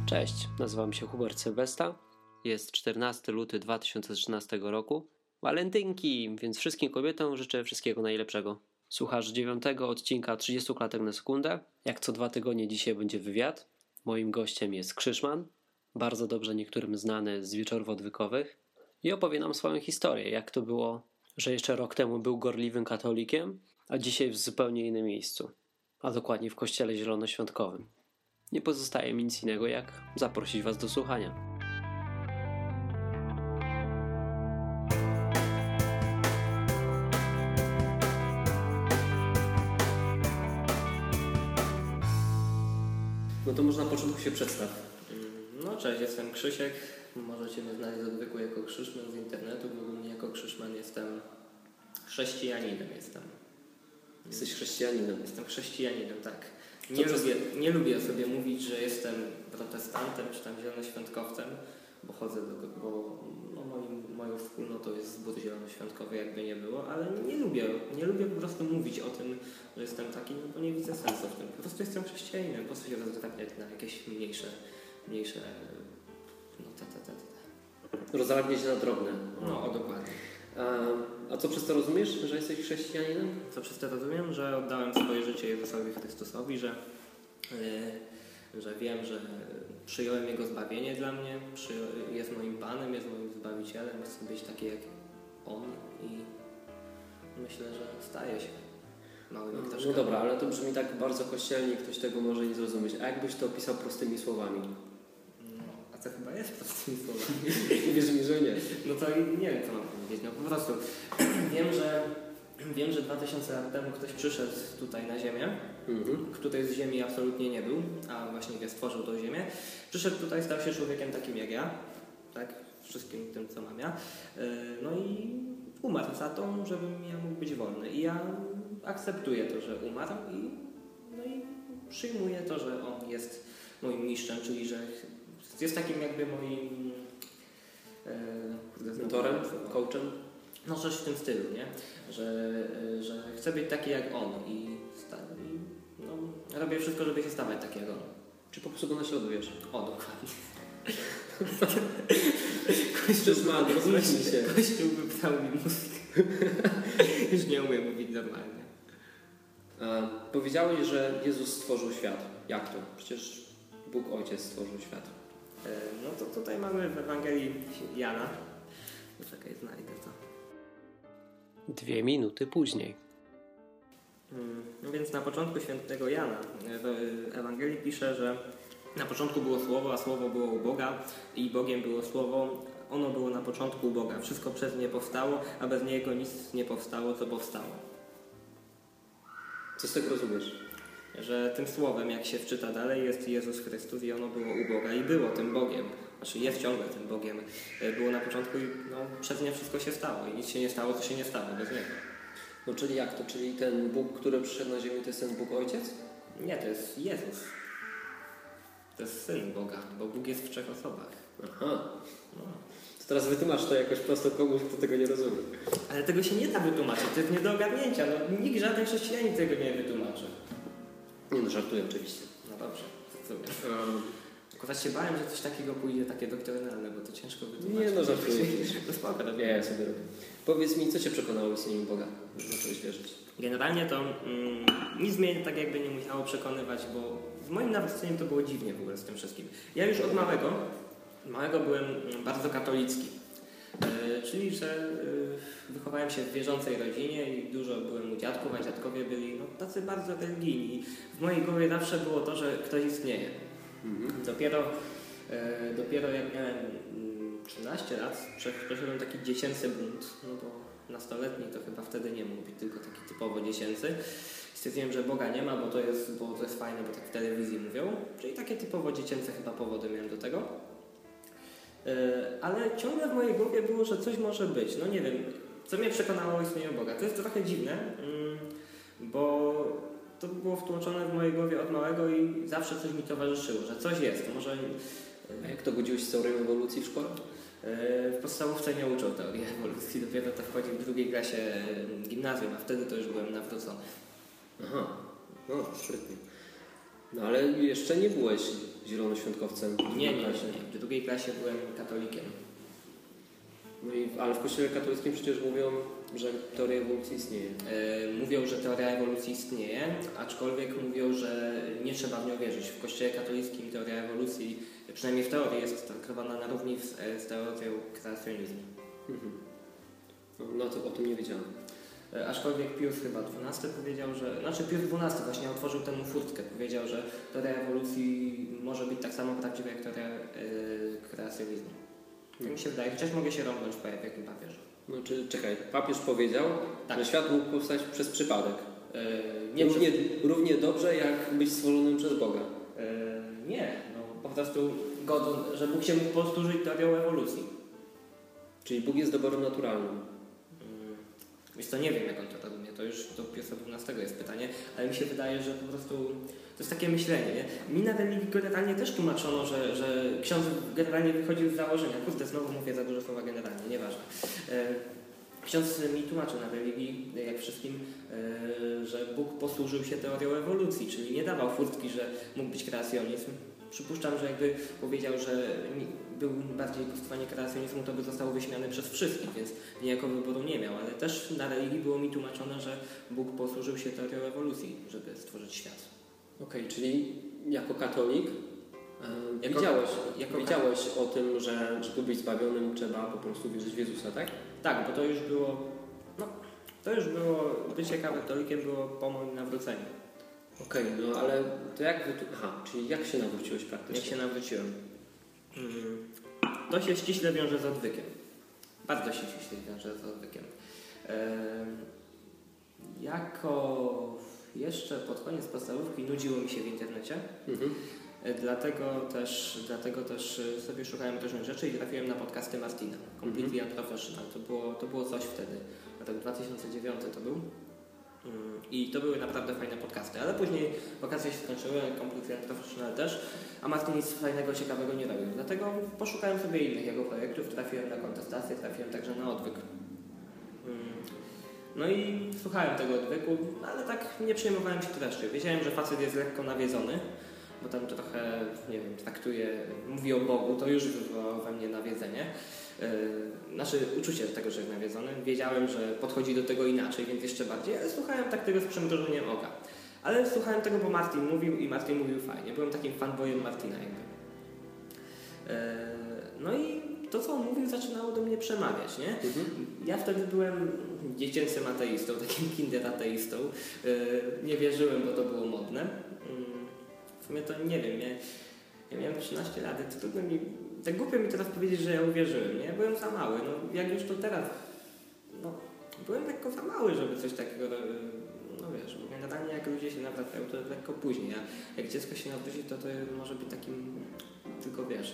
Cześć, nazywam się Hubert Sylwesta. Jest 14 luty 2013 roku. Walentynki, więc wszystkim kobietom życzę wszystkiego najlepszego. Słuchasz 9 odcinka 30 klatek na sekundę. Jak co 2 tygodnie dzisiaj będzie wywiad. Moim gościem jest Krzyszman, bardzo dobrze niektórym znany z wieczorów odwykowych. I opowie nam swoją historię, jak to było, że jeszcze rok temu był gorliwym katolikiem, a dzisiaj w zupełnie innym miejscu. A dokładnie w kościele zielonoświątkowym. Nie pozostaje mi nic innego, jak zaprosić Was do słuchania. No to może na początku się przedstaw. No cześć, jestem Krzysiek. Możecie mnie znać z odwyku jako Krzyszman z internetu. W ogóle jako Krzyszman jestem chrześcijaninem. Jesteś chrześcijaninem. Jestem chrześcijaninem, tak. Nie lubię sobie mówić, że jestem protestantem czy tam zielonoświątkowcem, bo chodzę moją wspólnotą jest zbór zielonoświątkowy, jakby nie było, ale nie lubię po prostu mówić o tym, że jestem taki, bo nie widzę sensu w tym. Po prostu jestem chrześcijaninem, po prostu się rozdrabniać na jakieś mniejsze Rozdrabniać się na drobne. No, dokładnie. A co przez to rozumiesz, że jesteś chrześcijaninem? Co przez to rozumiem? Że oddałem swoje życie Jezusowi Chrystusowi, że wiem, że przyjąłem Jego zbawienie dla mnie, jest moim Panem, jest moim Zbawicielem, chcę być taki jak On i myślę, że staję się małym ptaszkiem. No dobra, ale to brzmi tak bardzo kościelnie, ktoś tego może nie zrozumieć. A jakbyś to opisał prostymi słowami? A co chyba jest prostymi słowami? Wierz mi, że nie. No to nie wiem, co mam powiedzieć. No po prostu wiem, że 2000 lat temu ktoś przyszedł tutaj na ziemię, który z ziemi absolutnie nie był, a właśnie stworzył tą ziemię. Przyszedł tutaj, stał się człowiekiem takim jak ja, tak? Wszystkim tym, co mam ja. No i umarł za to, żebym ja mógł być wolny. I ja akceptuję to, że umarł i przyjmuję to, że on jest moim mistrzem, czyli że jest takim jakby moim mentorem, coachem. No coś w tym stylu, nie? Że chcę być taki jak on i robię wszystko, żeby się stawać taki jak on. Czy po prostu go naśladujesz? O, dokładnie. Rozmyśl się. Kościół wybrał mi mózg. Już nie umiem mówić normalnie. Powiedziałeś, że Jezus stworzył świat. Jak to? Przecież Bóg Ojciec stworzył świat. No to tutaj mamy w Ewangelii Jana. Czekaj, znajdę to. 2 minuty później. No więc na początku świętego Jana w Ewangelii pisze, że na początku było Słowo, a Słowo było u Boga i Bogiem było Słowo. Ono było na początku u Boga. Wszystko przez nie powstało, a bez niego nic nie powstało, co powstało. Co z tego rozumiesz? Że tym Słowem, jak się wczyta dalej, jest Jezus Chrystus i ono było u Boga i było tym Bogiem. Znaczy jest ciągle tym Bogiem. Było na początku i przez nie wszystko się stało i nic się nie stało, co się nie stało bez niego. No czyli jak to? Czyli ten Bóg, który przyszedł na ziemię, to jest ten Bóg Ojciec? Nie, to jest Jezus. To jest Syn Boga, bo Bóg jest w 3 osobach. Aha. No. To teraz wytłumacz to jakoś prosto komuś, kto tego nie rozumie. Ale tego się nie da wytłumaczyć, to jest nie do ogarnięcia. No, nikt, żaden chrześcijanin tego nie wytłumaczy. Nie no, żartuję oczywiście. No dobrze, zrozumiałem. Akurat się bałem, że coś takiego pójdzie takie doktrynalne, bo to ciężko wytłumaczyć. Nie no, żartuję. No spoko, nie, ja sobie robię. Powiedz mi, co Cię przekonało istnieniu Boga, że zacząłeś wierzyć? Generalnie to nic mnie tak jakby nie musiało przekonywać, bo w moim nawróceniu to było dziwnie w ogóle z tym wszystkim. Ja już od małego byłem bardzo katolicki. Czyli, że wychowałem się w wierzącej rodzinie i dużo byłem u dziadków, a dziadkowie byli tacy bardzo religijni. W mojej głowie zawsze było to, że ktoś istnieje. Dopiero jak miałem 13 lat, przeszedłem taki dziecięcy bunt, no bo nastoletni to chyba wtedy nie mógł być, tylko taki typowo dziecięcy. Stwierdziłem, że Boga nie ma, bo to jest fajne, bo tak w telewizji mówią. Czyli takie typowo dziecięce chyba powody miałem do tego. Ale ciągle w mojej głowie było, że coś może być. No nie wiem, co mnie przekonało o istnieniu Boga. To jest trochę dziwne, bo to było wtłoczone w mojej głowie od małego i zawsze coś mi towarzyszyło, że coś jest. Może... A jak to budziłeś z teorią ewolucji w szkole? W podstawówce nie uczą teorii ewolucji, dopiero to wchodzi w 2. klasie gimnazjum, a wtedy to już byłem nawrócony. Aha, no sprytnie. No ale jeszcze nie byłeś zielonoświątkowcem. Nie. W drugiej klasie byłem katolikiem. No ale w Kościele katolickim przecież mówią, że teoria ewolucji istnieje. Mówią, że teoria ewolucji istnieje, aczkolwiek mówią, że nie trzeba w nią wierzyć. W Kościele katolickim teoria ewolucji, przynajmniej w teorii, jest traktowana na równi z teorią kreacjonizmu. No to o tym nie wiedziałem. Aczkolwiek Pius chyba XII powiedział, Pius XII właśnie otworzył temu furtkę. Powiedział, że teoria ewolucji może być tak samo prawdziwa jak teoria kreacjonizmu. Tak mi się wydaje, chociaż mogę się rąbnąć po jakim papieżu. No czekaj, papież powiedział, że świat mógł powstać przez przypadek. Równie dobrze jak być stworzonym przez Boga. Nie, po prostu że Bóg się mógł posłużyć teorią ewolucji. Czyli Bóg jest doborem naturalnym. Więc to nie wiem, jak on to rozumie. To już do Piusa XII jest pytanie, ale mi się wydaje, że po prostu to jest takie myślenie, nie? Mi na religii generalnie też tłumaczono, że ksiądz generalnie wychodził z założenia. Kurde, znowu mówię za dużo słowa generalnie, nieważne. Ksiądz mi tłumaczył na religii, jak wszystkim, że Bóg posłużył się teorią ewolucji, czyli nie dawał furtki, że mógł być kreacjonizm. Przypuszczam, że jakby powiedział, że był bardziej po stronie kreacjonizmu, to by został wyśmiany przez wszystkich, więc niejako wyboru nie miał, ale też na religii było mi tłumaczone, że Bóg posłużył się teorią ewolucji, żeby stworzyć świat. Okej, czyli jako katolik wiedziałeś o tym, że żeby być zbawionym trzeba po prostu wierzyć w Jezusa, tak? Tak, bo to już było, bycie katolikiem było po moim nawróceniu. Okej, no ale to czyli jak się nawróciłeś praktycznie? Jak się nawróciłem? To się ściśle wiąże z odwykiem. Bardzo się ściśle wiąże z odwykiem. Jako jeszcze pod koniec podstawówki nudziło mi się w internecie. Dlatego też sobie szukałem różnych rzeczy i trafiłem na podcasty Martina. Completely Unprofessional. To było coś wtedy. Rok 2009 to był. I to były naprawdę fajne podcasty, ale później wakacje się skończyły, Completely Unprofessional też, a Martin nic fajnego, ciekawego nie robił. Dlatego poszukałem sobie innych jego projektów, trafiłem na kontestację, trafiłem także na odwyk. No i słuchałem tego odwyku, ale tak nie przejmowałem się treścią. Wiedziałem, że facet jest lekko nawiedzony, bo tam trochę, nie wiem, mówi o Bogu, to już wywołało we mnie nawiedzenie. Uczucie tego, że jest nawiedzony. Wiedziałem, że podchodzi do tego inaczej, więc jeszcze bardziej, ale słuchałem tak tego z przymrużeniem oka. Ale słuchałem tego, bo Martin mówił i Martin mówił fajnie. Byłem takim fanboyem Martina jakby. No i to, co on mówił, zaczynało do mnie przemawiać, nie? Ja wtedy byłem dziecięcym ateistą, takim kinder-ateistą. Nie wierzyłem, bo to było modne. W sumie to nie wiem, ja miałem 13 lat, to trudno mi... Tak głupio mi teraz powiedzieć, że ja uwierzyłem, nie? Byłem za mały, jak już to teraz... byłem lekko za mały, żeby coś takiego... wiesz, generalnie jak ludzie się nawracają, to lekko później, a jak dziecko się nawróci, to może być takim... tylko wiesz,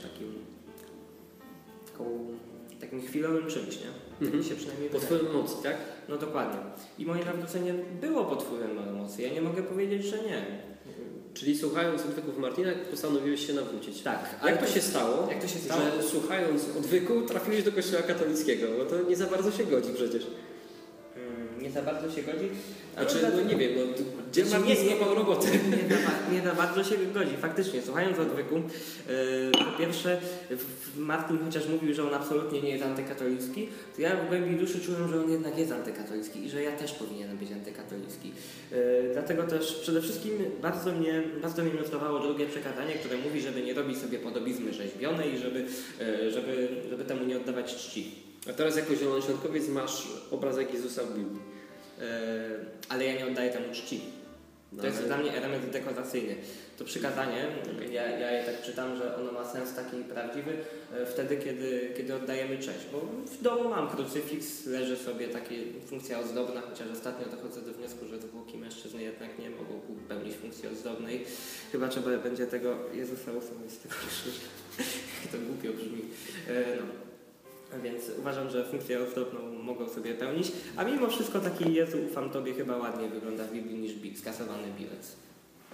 takim chwilowym czymś, nie? Tak mi się przynajmniej pod wpływem emocji, tak? No dokładnie. I moje nawrócenie było pod wpływem emocji, ja nie mogę powiedzieć, że nie. Czyli słuchając odwyków Martina, postanowiłeś się nawrócić. Tak. Jak to się stało, że słuchając odwyku trafiłeś do kościoła katolickiego? Bo to nie za bardzo się godzi przecież. Nie za bardzo się godzi? Nie wiem, gdzie Martin skopał robotę? Nie za bardzo się godzi. Faktycznie, słuchając odwyku, po pierwsze Martin chociaż mówił, że on absolutnie nie jest antykatolicki, to ja w głębi duszy czułem, że on jednak jest antykatolicki i że ja też powinienem być antykatolicki. Dlatego też przede wszystkim bardzo mnie nurtowało drugie przekazanie, które mówi, żeby nie robić sobie podobizmy rzeźbione i żeby temu nie oddawać czci. A teraz jako zielonoświątkowiec masz obrazek Jezusa w Biblii. Ale ja nie oddaję temu czci. To jest dla mnie element dekoracyjny. To przykazanie, ja je tak czytam, że ono ma sens taki prawdziwy wtedy, kiedy oddajemy cześć. Bo w domu mam krucyfiks, leży sobie taka funkcja ozdobna, chociaż ostatnio dochodzę do wniosku, że zwłoki mężczyzny jednak nie mogą pełnić funkcji ozdobnej. Chyba trzeba będzie tego Jezusa usunąć z tego krzyża. To głupio brzmi. Więc uważam, że funkcję ozdobną mogą sobie pełnić, a mimo wszystko taki Jezu, ufam Tobie chyba ładniej wygląda w Biblii niż skasowany bilet.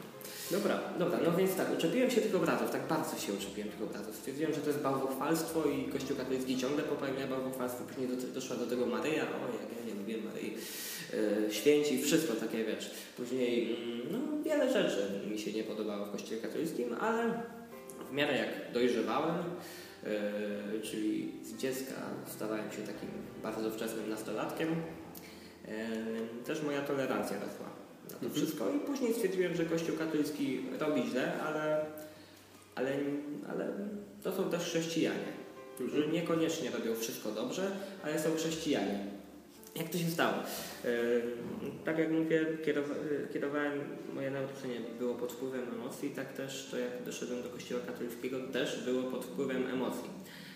Dobra, no więc tak, uczepiłem się tych obrazów, tak bardzo się uczepiłem tych obrazów. Stwierdziłem, że to jest bałwochwalstwo i Kościół katolicki ciągle popełnia bałwochwalstwo. Później doszła do tego Maryja, jak ja nie lubię Maryi, święci, wszystko takie, wiesz. Później, wiele rzeczy mi się nie podobało w Kościele katolickim, ale w miarę jak dojrzewałem, czyli z dziecka stawałem się takim bardzo wczesnym nastolatkiem, też moja tolerancja rosła na to wszystko i później stwierdziłem, że Kościół katolicki robi źle, ale to są też chrześcijanie, którzy niekoniecznie robią wszystko dobrze, ale są chrześcijanie. Jak to się stało? Tak jak mówię, moje nauczanie było pod wpływem emocji, tak też to jak doszedłem do Kościoła katolickiego też było pod wpływem emocji.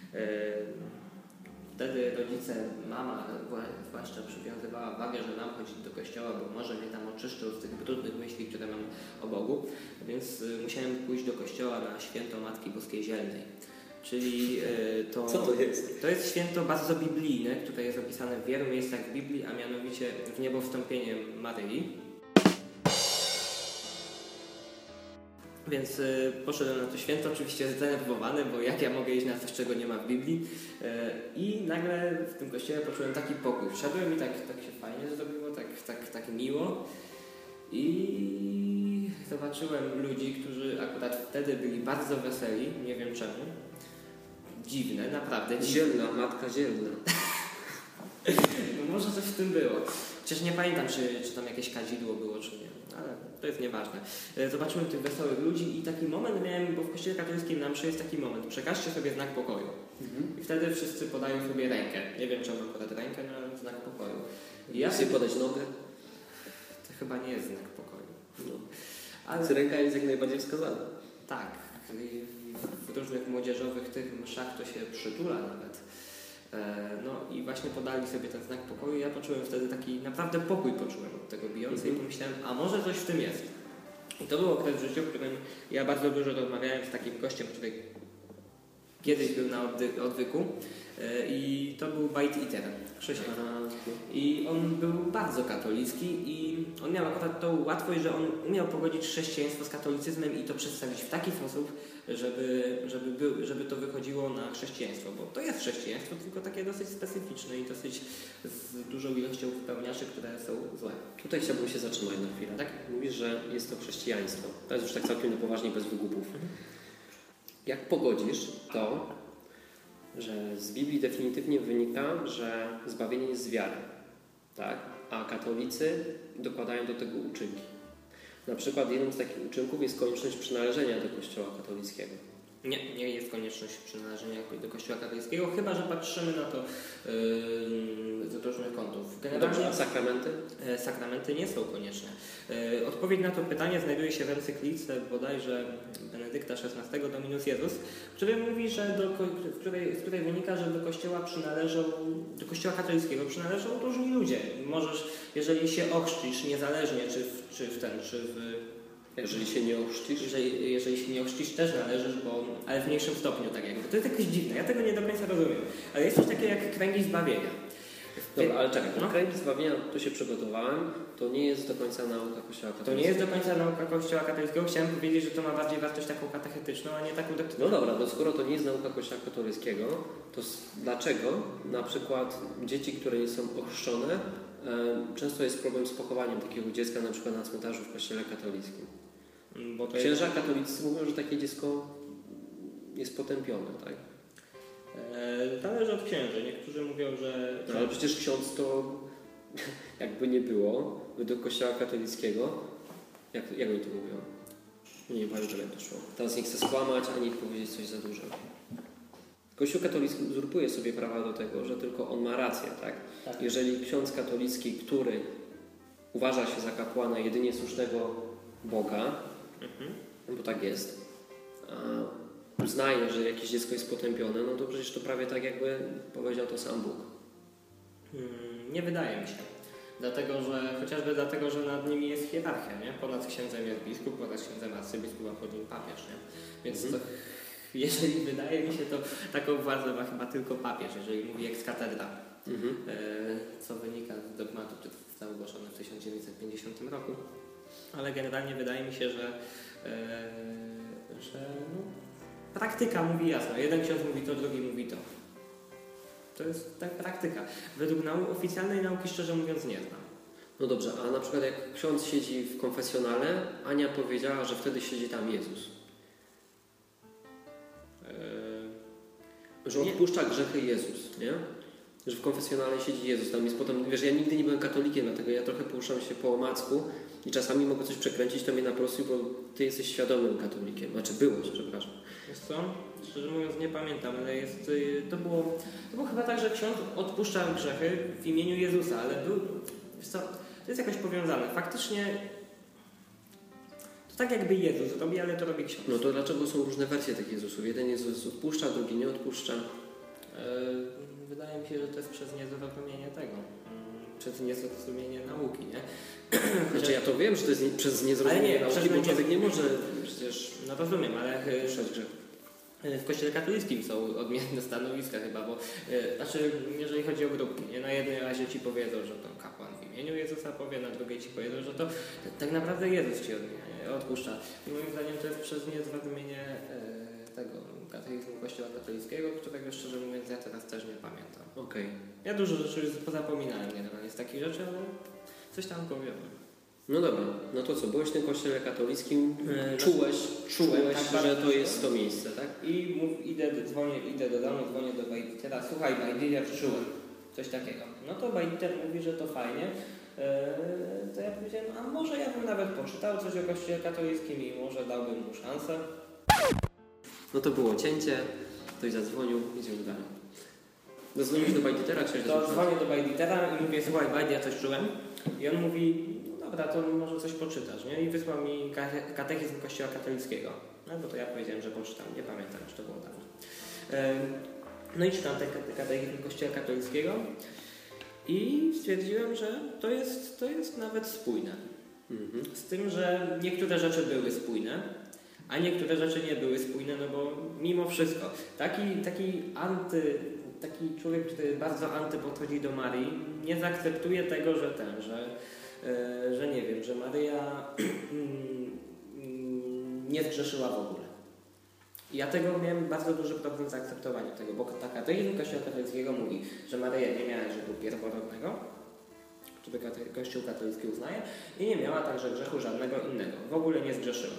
Wtedy rodzice, mama zwłaszcza przywiązywała wagę, że mam chodzić do kościoła, bo może mnie tam oczyszczą z tych brudnych myśli, które mam o Bogu, więc musiałem pójść do kościoła na święto Matki Boskiej Zielnej. Czyli Co to jest? To jest święto bardzo biblijne, które jest opisane w wielu miejscach w Biblii, a mianowicie w niebowstąpienie Maryi. Więc poszedłem na to święto, oczywiście zdenerwowany, bo jak ja mogę iść na coś, czego nie ma w Biblii. I nagle w tym kościele poczułem taki pokój. Wszedłem i tak się fajnie zrobiło, tak miło. I zobaczyłem ludzi, którzy akurat wtedy byli bardzo weseli, nie wiem czemu. Dziwne, naprawdę dziwne. Zielna, matka zielna. No może coś w tym było. Chociaż nie pamiętam, czy tam jakieś kadzidło było, czy nie. Ale to jest nieważne. Zobaczyłem tych wesołych ludzi i taki moment miałem, bo w Kościele katolickim na mszy jest taki moment. Przekażcie sobie znak pokoju. I wtedy wszyscy podają sobie rękę. Nie wiem, czemu podać rękę, no znak pokoju. I ja sobie podać nogę? To chyba nie jest znak pokoju. No. Ale ręka jest jak najbardziej wskazana. Tak. W różnych młodzieżowych tych mszach to się przytula nawet. No i właśnie podali sobie ten znak pokoju. Ja poczułem wtedy taki naprawdę pokój poczułem od tego bijący i pomyślałem, a może coś w tym jest. I to był okres w życiu, w którym ja bardzo dużo rozmawiałem z takim gościem, który kiedyś był na odwyku i to był Bite Eater, Krzysiek. I on był bardzo katolicki i on miał akurat tą łatwość, że on umiał pogodzić chrześcijaństwo z katolicyzmem i to przedstawić w taki sposób, żeby to wychodziło na chrześcijaństwo, bo to jest chrześcijaństwo, tylko takie dosyć specyficzne i dosyć z dużą ilością wypełniaczy, które są złe. Tutaj chciałbym się zatrzymać na chwilę. Tak? Mówisz, że jest to chrześcijaństwo. To jest już tak całkiem na poważnie, bez wygłupów. Jak pogodzisz to, że z Biblii definitywnie wynika, że zbawienie jest z wiary, tak? A katolicy dokładają do tego uczynki. Na przykład jednym z takich uczynków jest konieczność przynależenia do Kościoła katolickiego. Nie jest konieczność przynależenia do Kościoła katolickiego, chyba że patrzymy na to z różnych kątów. Dobrze, a sakramenty? Sakramenty nie są konieczne. Odpowiedź na to pytanie znajduje się w encyklice bodajże Benedykta XVI Dominus Jezus, który mówi, że z której wynika, że do Kościoła katolickiego przynależą różni ludzie. Możesz, jeżeli się ochrzcisz, niezależnie jeżeli się nie ochrzcisz? Jeżeli się nie ochrzcisz, też należysz, ale w mniejszym stopniu, tak jakby. To jest jakoś dziwne, ja tego nie do końca rozumiem. Ale jest coś takiego jak kręgi zbawienia. Dobra, ale czekaj, kręgi zbawienia, tu się przygotowałem, to nie jest do końca nauka Kościoła katolickiego. To nie jest do końca nauka Kościoła katolickiego. Chciałem powiedzieć, że to ma bardziej wartość taką katechetyczną, a nie taką doktrynalną. No dobra, no skoro to nie jest nauka Kościoła katolickiego, to dlaczego na przykład dzieci, które nie są ochrzczone, często jest problem z pochowaniem takiego dziecka na przykład na cmentarzu w Kościele katolickim? Bo księża katolicy mówią, że takie dziecko jest potępione, tak? Zależy od księży. Niektórzy mówią, że... No, ale przecież ksiądz to jakby nie było według Kościoła katolickiego. Jak oni to mówią? Nie pamiętam, jak to szło. Teraz nie chcę skłamać, ani powiedzieć coś za dużo. Kościół katolicki uzurpuje sobie prawa do tego, że tylko on ma rację, tak? Tak. Jeżeli ksiądz katolicki, który uważa się za kapłana jedynie słusznego Boga, bo tak jest, uznaje, że jakieś dziecko jest potępione, no to przecież to prawie tak jakby powiedział to sam Bóg. Nie wydaje mi się. Chociażby dlatego, że nad nimi jest hierarchia, nie? Ponad księdzem jest biskup, ponad księdzem arcybiskup, a pod nim papież, nie? Więc to, jeżeli wydaje mi się, to taką władzę ma chyba tylko papież, jeżeli mówi ex cathedra, co wynika z dogmatu, który został ogłoszony w 1950 roku. Ale generalnie wydaje mi się, że praktyka mówi jasno. Jeden ksiądz mówi to, drugi mówi to. To jest tak praktyka. Według oficjalnej nauki, szczerze mówiąc, nie znam. No dobrze, a na przykład jak ksiądz siedzi w konfesjonale, Ania powiedziała, że wtedy siedzi tam Jezus. Że odpuszcza grzechy Jezus, nie? Że w konfesjonale siedzi Jezus. Tam jest potem, wiesz, ja nigdy nie byłem katolikiem, dlatego ja trochę poruszam się po omacku i czasami mogę coś przekręcić, to mnie naprostuj, bo ty jesteś świadomym katolikiem. Znaczy byłeś, przepraszam. Wiesz co? Szczerze mówiąc nie pamiętam, ale to było chyba tak, że ksiądz odpuszczał grzechy w imieniu Jezusa, ale wiesz co, to jest jakoś powiązane. Faktycznie to tak jakby Jezus robi, ale to robi ksiądz. No to dlaczego są różne wersje tych Jezusów? Jeden Jezus odpuszcza, drugi nie odpuszcza. Wydaje mi się, że to jest przez niezrozumienie tego. Przez niezrozumienie nauki, nie? Znaczy ja to wiem, że to jest przez niezrozumienie nauki, bo człowiek nie może przecież... No rozumiem, ale w Kościele katolickim są odmienne stanowiska chyba, bo znaczy jeżeli chodzi o grupki, nie? Na jednej razie ci powiedzą, że to kapłan w imieniu Jezusa powie, na drugiej ci powiedzą, że to tak naprawdę Jezus ci odpuszcza. I moim zdaniem to jest przez niezrozumienie tego katechizmu Kościoła katolickiego, którego szczerze mówiąc ja teraz też nie pamiętam. Okej. Ja dużo rzeczy już pozapominałem generalnie z takich rzeczy, ale coś tam powiem. No dobra, no to co, byłeś w tym kościele katolickim, czułeś, tak, że to jest to miejsce, tak? I idę do domu, dzwonię do Bajditera, słuchaj Bajditer, czułem, coś takiego. No to Bajditer mówi, że to fajnie, to ja powiedziałem, a może ja bym nawet poczytał coś o kościele katolickim i może dałbym mu szansę. No to było cięcie, ktoś zadzwonił, idziemy dalej. Zadzwoniłeś do Bajditera, czy to dzwonię do Bajditera i mówię, słuchaj Bajd, ja coś czułem. I on mówi, no dobra, to może coś poczytasz, nie? I wysłał mi katechizm Kościoła katolickiego. No bo to ja powiedziałem, że poczytam, nie pamiętam, czy to było dawno. No i czytam katechizm Kościoła katolickiego i stwierdziłem, że to jest nawet spójne. Z tym, że niektóre rzeczy były spójne, a niektóre rzeczy nie były spójne, no bo mimo wszystko taki człowiek, który bardzo anty podchodzi do Marii, nie zaakceptuje tego, że nie wiem, że Maryja nie zgrzeszyła w ogóle. Ja tego miałem bardzo duży problem z zaakceptowaniem tego, bo katechizm Kościoła katolickiego mówi, że Maryja nie miała grzechu pierworodnego, który Kościół katolicki uznaje, i nie miała także grzechu żadnego innego. W ogóle nie zgrzeszyła.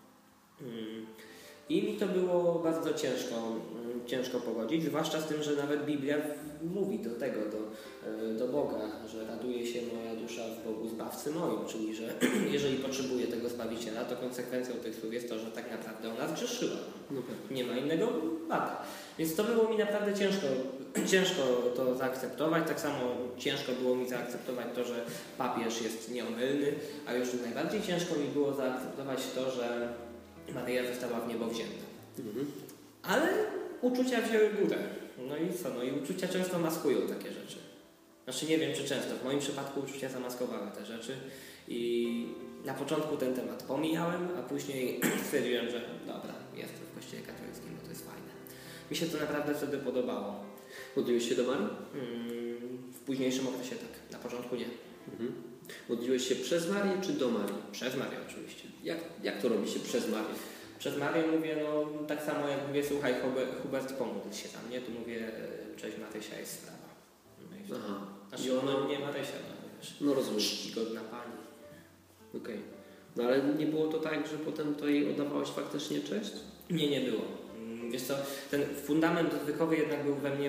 I mi to było bardzo ciężko pogodzić, zwłaszcza z tym, że nawet Biblia mówi do Boga, że raduje się moja dusza w Bogu Zbawcy moim, czyli że jeżeli potrzebuje tego Zbawiciela, to konsekwencją tych słów jest to, że tak naprawdę ona zgrzeszyła. Nie ma innego bata. Więc to było mi naprawdę ciężko to zaakceptować. Tak samo ciężko było mi zaakceptować to, że papież jest nieomylny, a już najbardziej ciężko mi było zaakceptować to, że Maryja została w niebo wzięta. Ale uczucia wzięły górę. No i co? No i uczucia często maskują takie rzeczy. Znaczy nie wiem, czy często. W moim przypadku uczucia zamaskowały te rzeczy i na początku ten temat pomijałem, a później stwierdziłem, że dobra, jestem w Kościele katolickim, bo to jest fajne. Mi się to naprawdę wtedy podobało. Modliłeś się do Marii? W późniejszym okresie tak. Na początku nie. Modliłeś się przez Marię czy do Marii? Przez Marię oczywiście. Jak to robi się przez Marię? Przez Marię mówię, no tak samo jak mówię, słuchaj Hubert, pomódl się tam, nie? Tu mówię, cześć Marysia, jest sprawa. No aha. Znaczy ona nie Marysia, no wiesz. No rozumiem. Czcigodna pani. Okej. No ale nie było to tak, że potem to jej oddawałeś faktycznie cześć? Nie było. Wiesz co, ten fundament odwykowy jednak był we mnie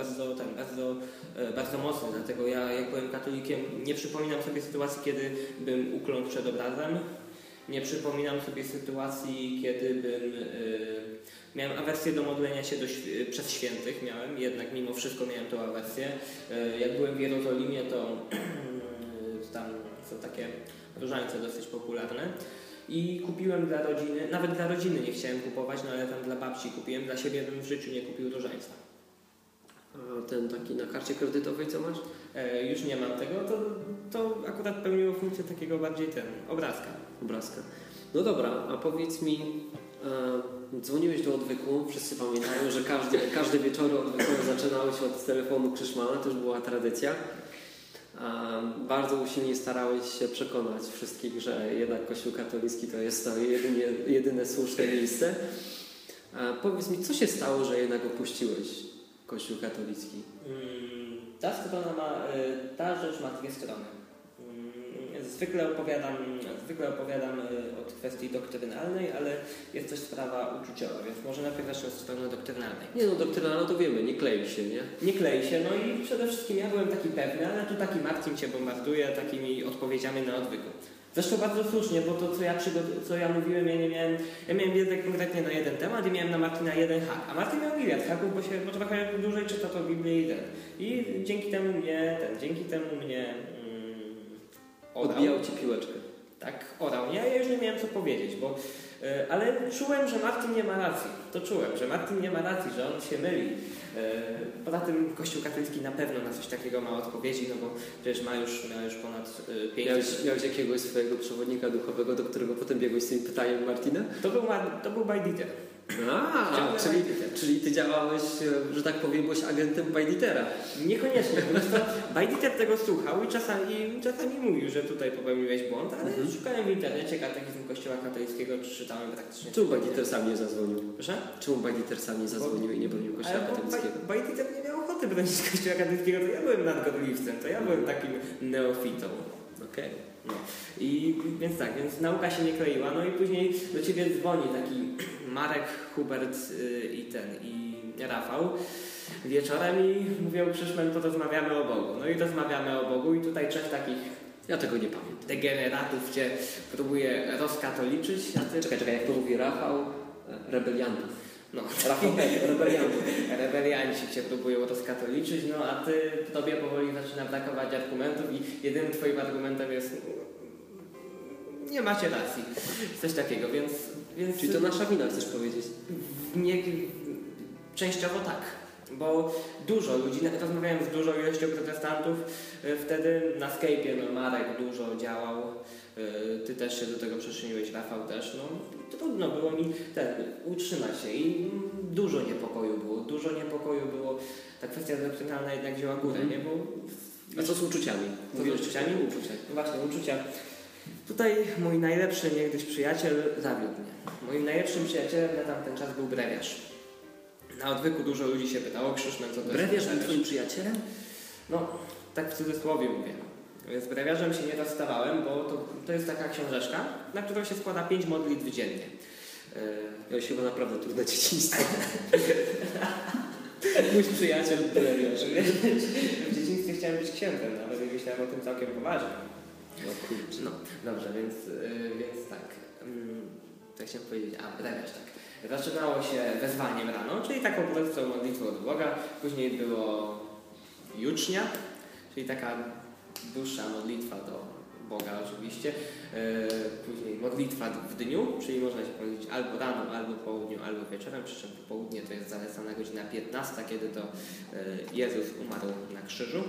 bardzo mocny, dlatego ja jak byłem katolikiem nie przypominam sobie sytuacji, kiedy bym ukląkł przed obrazem, nie przypominam sobie sytuacji, kiedy miałem awersję do modlenia się przez świętych, jednak mimo wszystko miałem tą awersję. Jak byłem w Jerozolimie, to tam są takie różańce dosyć popularne. I kupiłem dla rodziny, nawet dla rodziny nie chciałem kupować, no ale tam dla babci kupiłem, dla siebie bym w życiu nie kupił różańca. A ten taki na karcie kredytowej co masz? Już nie mam tego, to akurat pełniło funkcję takiego bardziej obrazka. No dobra, a powiedz mi, dzwoniłeś do odwyku, wszyscy pamiętają, że każde wieczory odwykowe zaczynały się od telefonu Krzyszmana, to już była tradycja. Bardzo usilnie starałeś się przekonać wszystkich, że jednak Kościół katolicki to jest to jedyne słuszne miejsce. Powiedz mi, co się stało, że jednak opuściłeś Kościół katolicki? Ta rzecz ma dwie strony. Zwykle opowiadam od kwestii doktrynalnej, ale jest też sprawa uczuciowa, więc może najpierw zacznę od strony doktrynalnej. Nie no, doktrynalna to wiemy, nie klei się, nie? Nie klei się, no i przede wszystkim ja byłem taki pewny, ale tu taki Marcin Cię bombarduje takimi odpowiedziami na odwyku. Zresztą bardzo słusznie, bo to co ja mówiłem, ja miałem wiedzę konkretnie na jeden temat i miałem na Martina jeden hak, a Martin miał miliard haków, bo trochę dłużej czyta to Biblię i dzięki temu mnie odbijał Ci piłeczkę. Tak, orał. Ja już nie miałem co powiedzieć, ale czułem, że Martin nie ma racji. To czułem, że Martin nie ma racji, że on się myli. Poza tym Kościół katolicki na pewno na coś takiego ma odpowiedzi, no bo przecież ma już ponad 5 lat. Miałeś jakiegoś swojego przewodnika duchowego, do którego potem biegłeś z tym pytaniem Martina? To był Bajditer. Czyli ty działałeś, że tak powiem, byłeś agentem Bajditera. Niekoniecznie, po prostu Bajditer tego słuchał i czasami mówił, że tutaj popełniłeś błąd, ale szukałem w internecie katechizm Kościoła katolickiego, czytałem praktycznie. Czemu Bajditer sam nie zadzwonił? Proszę? Czemu Bajditer sam nie zadzwonił i nie bronił Kościoła katolickiego? Bajditer nie miał ochoty bronić Kościoła katolickiego, to ja byłem nadgorliwcem, to ja byłem takim neofitą. Okej. No. Więc nauka się nie kleiła, no i później do ciebie dzwoni taki Marek, Hubert i Rafał wieczorem i mówią, Krzyszman, to rozmawiamy o Bogu. No i rozmawiamy o Bogu i tutaj trzech takich ja tego nie pamiętam. Degeneratów cię próbuje rozkatoliczyć. Czekaj, jak to mówi Rafał? Rebeliantów. No. Rafał, rebeliantów. Rebelianci cię próbują rozkatoliczyć, no a tobie powoli zaczyna brakować argumentów i jedynym twoim argumentem jest nie macie racji. Coś takiego, więc... Czyli to nasza wina, chcesz powiedzieć? Częściowo tak. Bo dużo ludzi, rozmawiałem z dużą ilością protestantów, wtedy na Skype'ie, no Marek dużo działał, ty też się do tego przyczyniłeś, Rafał też, no trudno było mi utrzymać się i dużo niepokoju było, ta kwestia doktrynalna jednak wzięła górę, nie? Bo... A co z uczuciami? Mówisz uczuciami? Uczucia. No właśnie, uczucia. Tutaj mój najlepszy niegdyś przyjaciel zawiódł mnie. Moim najlepszym przyjacielem na tamten czas był brewiarz. Na odwyku dużo ludzi się pytało, Krzyszman, co to brewiarz jest? Brewiarz był twoim przyjacielem? No, tak w cudzysłowie mówię. Z brewiarzem się nie rozstawałem, bo to jest taka książeczka, na którą się składa 5 modlitw dziennie. Miałeś chyba naprawdę trudne dzieciństwo. Mój przyjaciel brewiarz. W dzieciństwie chciałem być księdzem, nawet myślałem o tym całkiem poważnie. No kurczę. No, dobrze, więc tak. Co chciałem powiedzieć? Brewiarz, tak. Zaczynało się wezwaniem rano, czyli taką prostą modlitwą do Boga. Później było jucznia, czyli taka dłuższa modlitwa do Boga oczywiście. Później modlitwa w dniu, czyli można się modlić albo rano, albo po południu, albo wieczorem, przy czym południe to jest zalecana godzina 15, kiedy to Jezus umarł na krzyżu.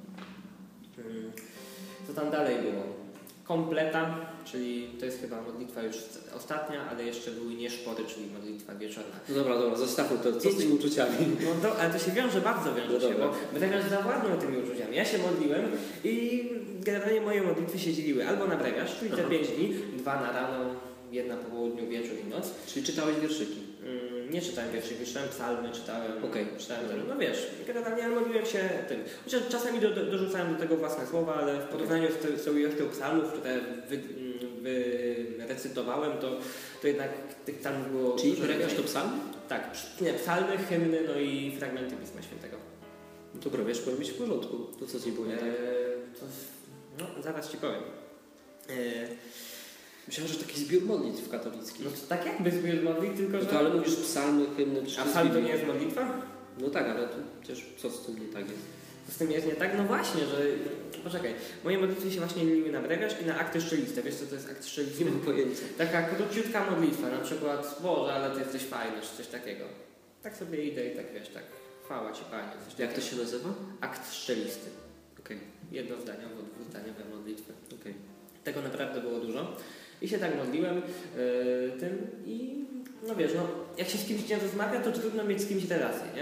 Co tam dalej było? Kompleta, czyli to jest chyba modlitwa już ostatnia, ale jeszcze były nieszpory, czyli modlitwa wieczorna. No dobra, zostawmy to. Co z tymi uczuciami? No ale to się bardzo wiąże się, bo brewiarz zawładnął tymi uczuciami. Ja się modliłem i generalnie moje modlitwy się dzieliły albo na brewiarz, czyli te 5 dni, 2 na rano, 1 po południu, wieczór i noc. Czyli czytałeś wierszyki? Nie czytałem wierszyki, czytałem psalmy, czytałem... Czytałem no wiesz, generalnie modliłem się tym. Chociaż czasami dorzucałem do tego własne słowa, ale w porównaniu z tą ilością psalmów, które recytowałem, to jednak tych psalmów było... Czyli brewiarz to psalmy? Tak, psalmy, hymny, no i fragmenty Pisma Świętego. No to brewiarz powinien być w porządku. To co z nim było nie tak? No, zaraz ci powiem. Myślałem, że taki zbiór modlitw katolicki. No to tak jakby zbiór modlitw, tylko że... No to ale mówisz psalmy, hymny... A psalm to nie jest modlitwa? No tak, ale to przecież co z tym nie tak jest? Co z tym jest nie tak? No właśnie, że... Poczekaj, moje modlitwy się właśnie dzieliły na brewiarz i na akty szczeliste. Wiesz co to jest akt szczelisty? Nie mam pojęcia. Taka króciutka modlitwa, na przykład Boże, ale Ty jesteś fajny, czy coś takiego. Tak sobie idę i tak wiesz, tak chwała Ci Panie. Jak to się nazywa? Akt szczelisty. Okej. Jednozdaniowe, dwuzdaniowe modlitwy. Okej. Tego naprawdę było dużo. I się tak modliłem tym i no wiesz, no jak się z kimś nie rozmawia, to trudno mieć z kimś relację, nie?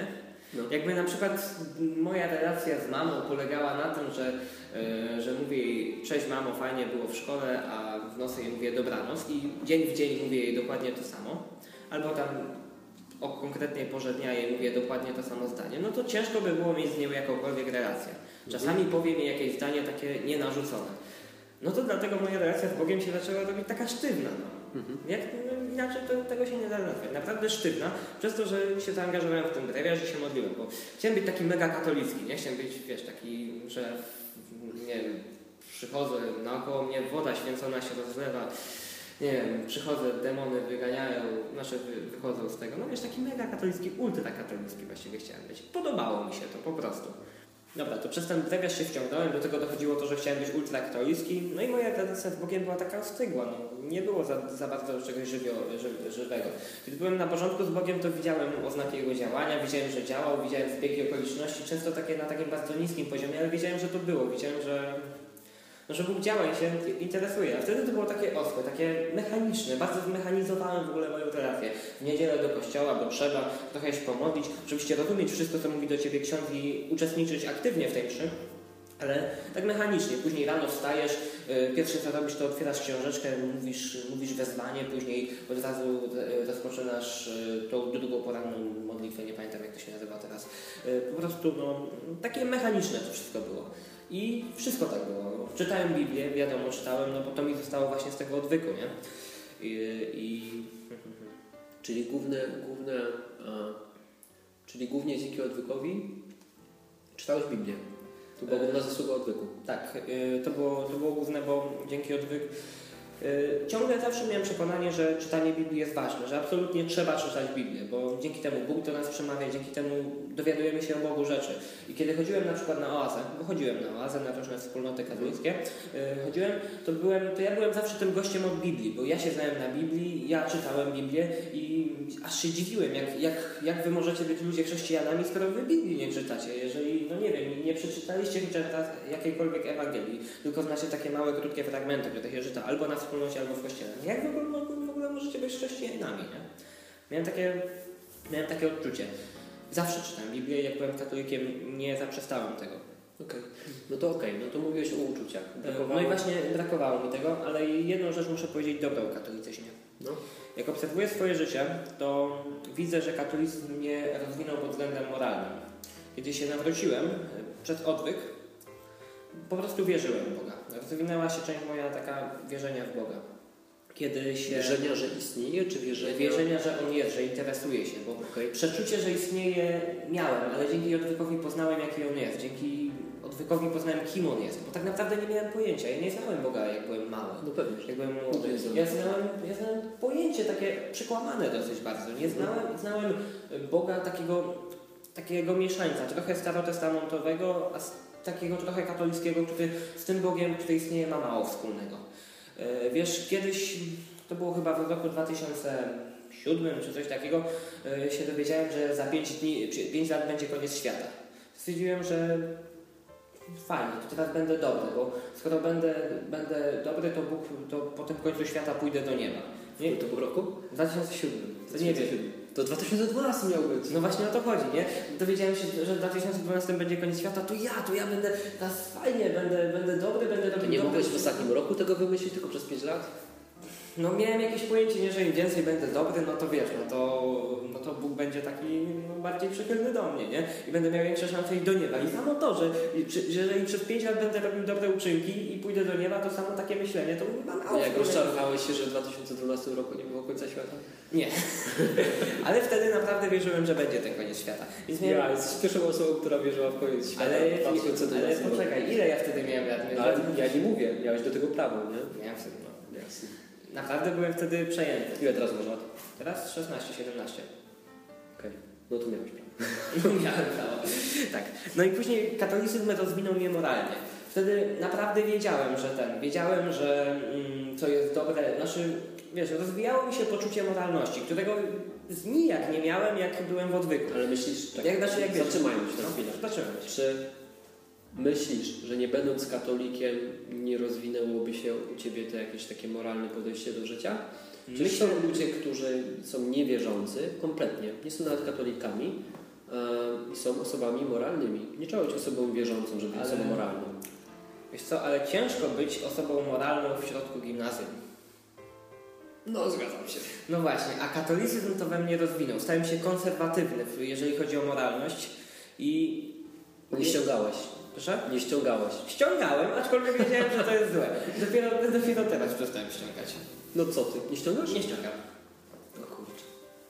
No. Jakby na przykład moja relacja z mamą polegała na tym, że mówię jej cześć mamo, fajnie było w szkole, a w nocy jej mówię dobranoc i dzień w dzień mówię jej dokładnie to samo. Albo tam o konkretnej porze dnia jej mówię dokładnie to samo zdanie, no to ciężko by było mieć z nią jakąkolwiek relację. Czasami powie mi jakieś zdanie takie nienarzucone. No to dlatego moja relacja z Bogiem się zaczęła robić taka sztywna. No. Inaczej tego się nie da nazwać. Naprawdę sztywna, przez to, że się zaangażowałem w ten brewiarz i się modliłem, bo chciałem być taki mega katolicki, nie? Chciałem być, wiesz, taki, że nie wiem, przychodzę, naokoło mnie woda święcona się rozlewa, nie wiem, przychodzę, demony wyganiają, wychodzą z tego. No wiesz, taki mega katolicki, ultrakatolicki właściwie chciałem być. Podobało mi się to po prostu. Dobra, to przez ten brewiarz się wciągnąłem, do tego dochodziło to, że chciałem być ultrakatolicki, no i moja relacja z Bogiem była taka ostygła, no. Nie było za bardzo czegoś żywego. Kiedy byłem na porządku z Bogiem, to widziałem oznaki Jego działania, widziałem, że działał, widziałem zbiegi okoliczności, często takie na takim bardzo niskim poziomie, ale wiedziałem, że to było, widziałem, że Bóg działa i się interesuje. A wtedy to było takie ostre, takie mechaniczne. Bardzo zmechanizowałem w ogóle moją relację. W niedzielę do kościoła, bo trzeba trochę się pomodlić, oczywiście rozumieć wszystko, co mówi do ciebie ksiądz i uczestniczyć aktywnie w tej mszy, ale tak mechanicznie. Później rano wstajesz, pierwsze co robisz, to otwierasz książeczkę, mówisz wezwanie, później od razu rozpoczynasz tą drugą poranną modlitwę, nie pamiętam jak to się nazywa teraz. Po prostu takie mechaniczne to wszystko było. I wszystko tak było. Czytałem Biblię, wiadomo, czytałem, no bo to mi zostało właśnie z tego odwyku, nie? Czyli czyli głównie dzięki odwykowi czytałeś Biblię. To była główna zasługa odwyku. Tak, to było główne, bo dzięki odwyku ciągle zawsze miałem przekonanie, że czytanie Biblii jest ważne, że absolutnie trzeba czytać Biblię, bo dzięki temu Bóg do nas przemawia, dzięki temu dowiadujemy się o Bogu rzeczy. I kiedy chodziłem na przykład na oazę, bo chodziłem na oazę, na różne wspólnoty katolickie, to ja byłem zawsze tym gościem od Biblii, bo ja się znałem na Biblii, ja czytałem Biblię i aż się dziwiłem, jak wy możecie być ludzie chrześcijanami, skoro wy Biblii nie czytacie, jeżeli, no nie wiem, nie przeczytaliście chociaż jakiejkolwiek Ewangelii, tylko znacie takie małe, krótkie fragmenty, które się czyta albo na wspólnocie, albo w kościele. Jak w ogóle możecie być chrześcijanami, nie? Miałem takie odczucie. Zawsze czytałem Biblię, jak byłem katolikiem, nie zaprzestałem tego. Okej. No to mówiłeś o uczuciach. No i właśnie brakowało mi tego, ale jedną rzecz muszę powiedzieć dobrą o katolicyzmie. No. Jak obserwuję swoje życie, to widzę, że katolicyzm mnie rozwinął pod względem moralnym. Kiedy się nawróciłem przed odwyk, po prostu wierzyłem w Boga. Rozwinęła się część moja taka wierzenia w Boga. Wierzenia, że istnieje, czy wierzenia, że On jest, że interesuje się, bo przeczucie, że istnieje miałem, ale dzięki odwykowi poznałem, jaki On jest. Dzięki odwykowi poznałem, kim On jest, bo tak naprawdę nie miałem pojęcia. Ja nie znałem Boga, jak byłem mały. No pewnie. Jak byłem młody. Ja znałem pojęcie takie przekłamane dosyć bardzo. Nie znałem Boga takiego mieszańca, trochę starotestamentowego, a takiego trochę katolickiego, który z tym Bogiem, który istnieje, ma mało wspólnego. Wiesz, kiedyś, to było chyba w roku 2007 czy coś takiego, się dowiedziałem, że za 5 lat będzie koniec świata. Stwierdziłem, że fajnie, to teraz będę dobry, bo skoro będę dobry, to po tym końcu świata pójdę do nieba. Nie? To po roku? 2007. To nie wiem. To 2012 miał być. No właśnie o to chodzi, nie? Dowiedziałem się, że w 2012 będzie koniec świata, to ja będę teraz fajnie, będę dobry, będę robił. Nie mogłeś w ostatnim roku tego wymyślić, tylko przez 5 lat? No miałem jakieś pojęcie, nie, że im więcej będę dobry, no to wiesz, no to Bóg będzie taki bardziej przychylny do mnie, nie? I będę miał większe szanse iść do nieba. I samo to, że jeżeli przez 5 lat będę robił dobre uczynki i pójdę do nieba, to samo takie myślenie, to mam mało. Jak rozczarowałeś się, że w 2012 roku nie było końca świata? Nie. Ale wtedy naprawdę wierzyłem, że będzie ten koniec świata. Więc ja jesteś pierwszą osobą, która wierzyła w koniec świata. Ale poczekaj, ile ja wtedy miałem lat? Ja nie mówię, miałeś do tego prawo, nie? Miałem wtedy, no. Jasne. Naprawdę byłem wtedy przejęty. Ile teraz masz lat? Teraz 16, 17. Okej. No to miałeś prawo. No miałem prawo. Tak. No i później katolicyzm rozwinął mnie moralnie. Wtedy naprawdę wiedziałem, że co jest dobre. Wiesz, rozwijało mi się poczucie moralności, którego nijak nie miałem, jak byłem w odwyku. Ale myślisz, tak, zatrzymajmy się na chwilę. Czy myślisz, że nie będąc katolikiem nie rozwinęłoby się u Ciebie to jakieś takie moralne podejście do życia? Czy są ludzie, którzy są niewierzący kompletnie, nie są nawet katolikami, są osobami moralnymi. Nie trzeba być osobą wierzącą, żeby być osobą moralną. Wiesz co, ale ciężko być osobą moralną w środku gimnazjum. No, zgadzam się. No właśnie, a katolicyzm to we mnie rozwinął. Stałem się konserwatywny, jeżeli chodzi o moralność i... Nie ściągałeś. Proszę? Nie ściągałeś. Ściągałem, aczkolwiek wiedziałem, że to jest złe. Dopiero teraz przestałem ściągać. No co ty, nie ściągasz? Nie ściągam. No kurczę.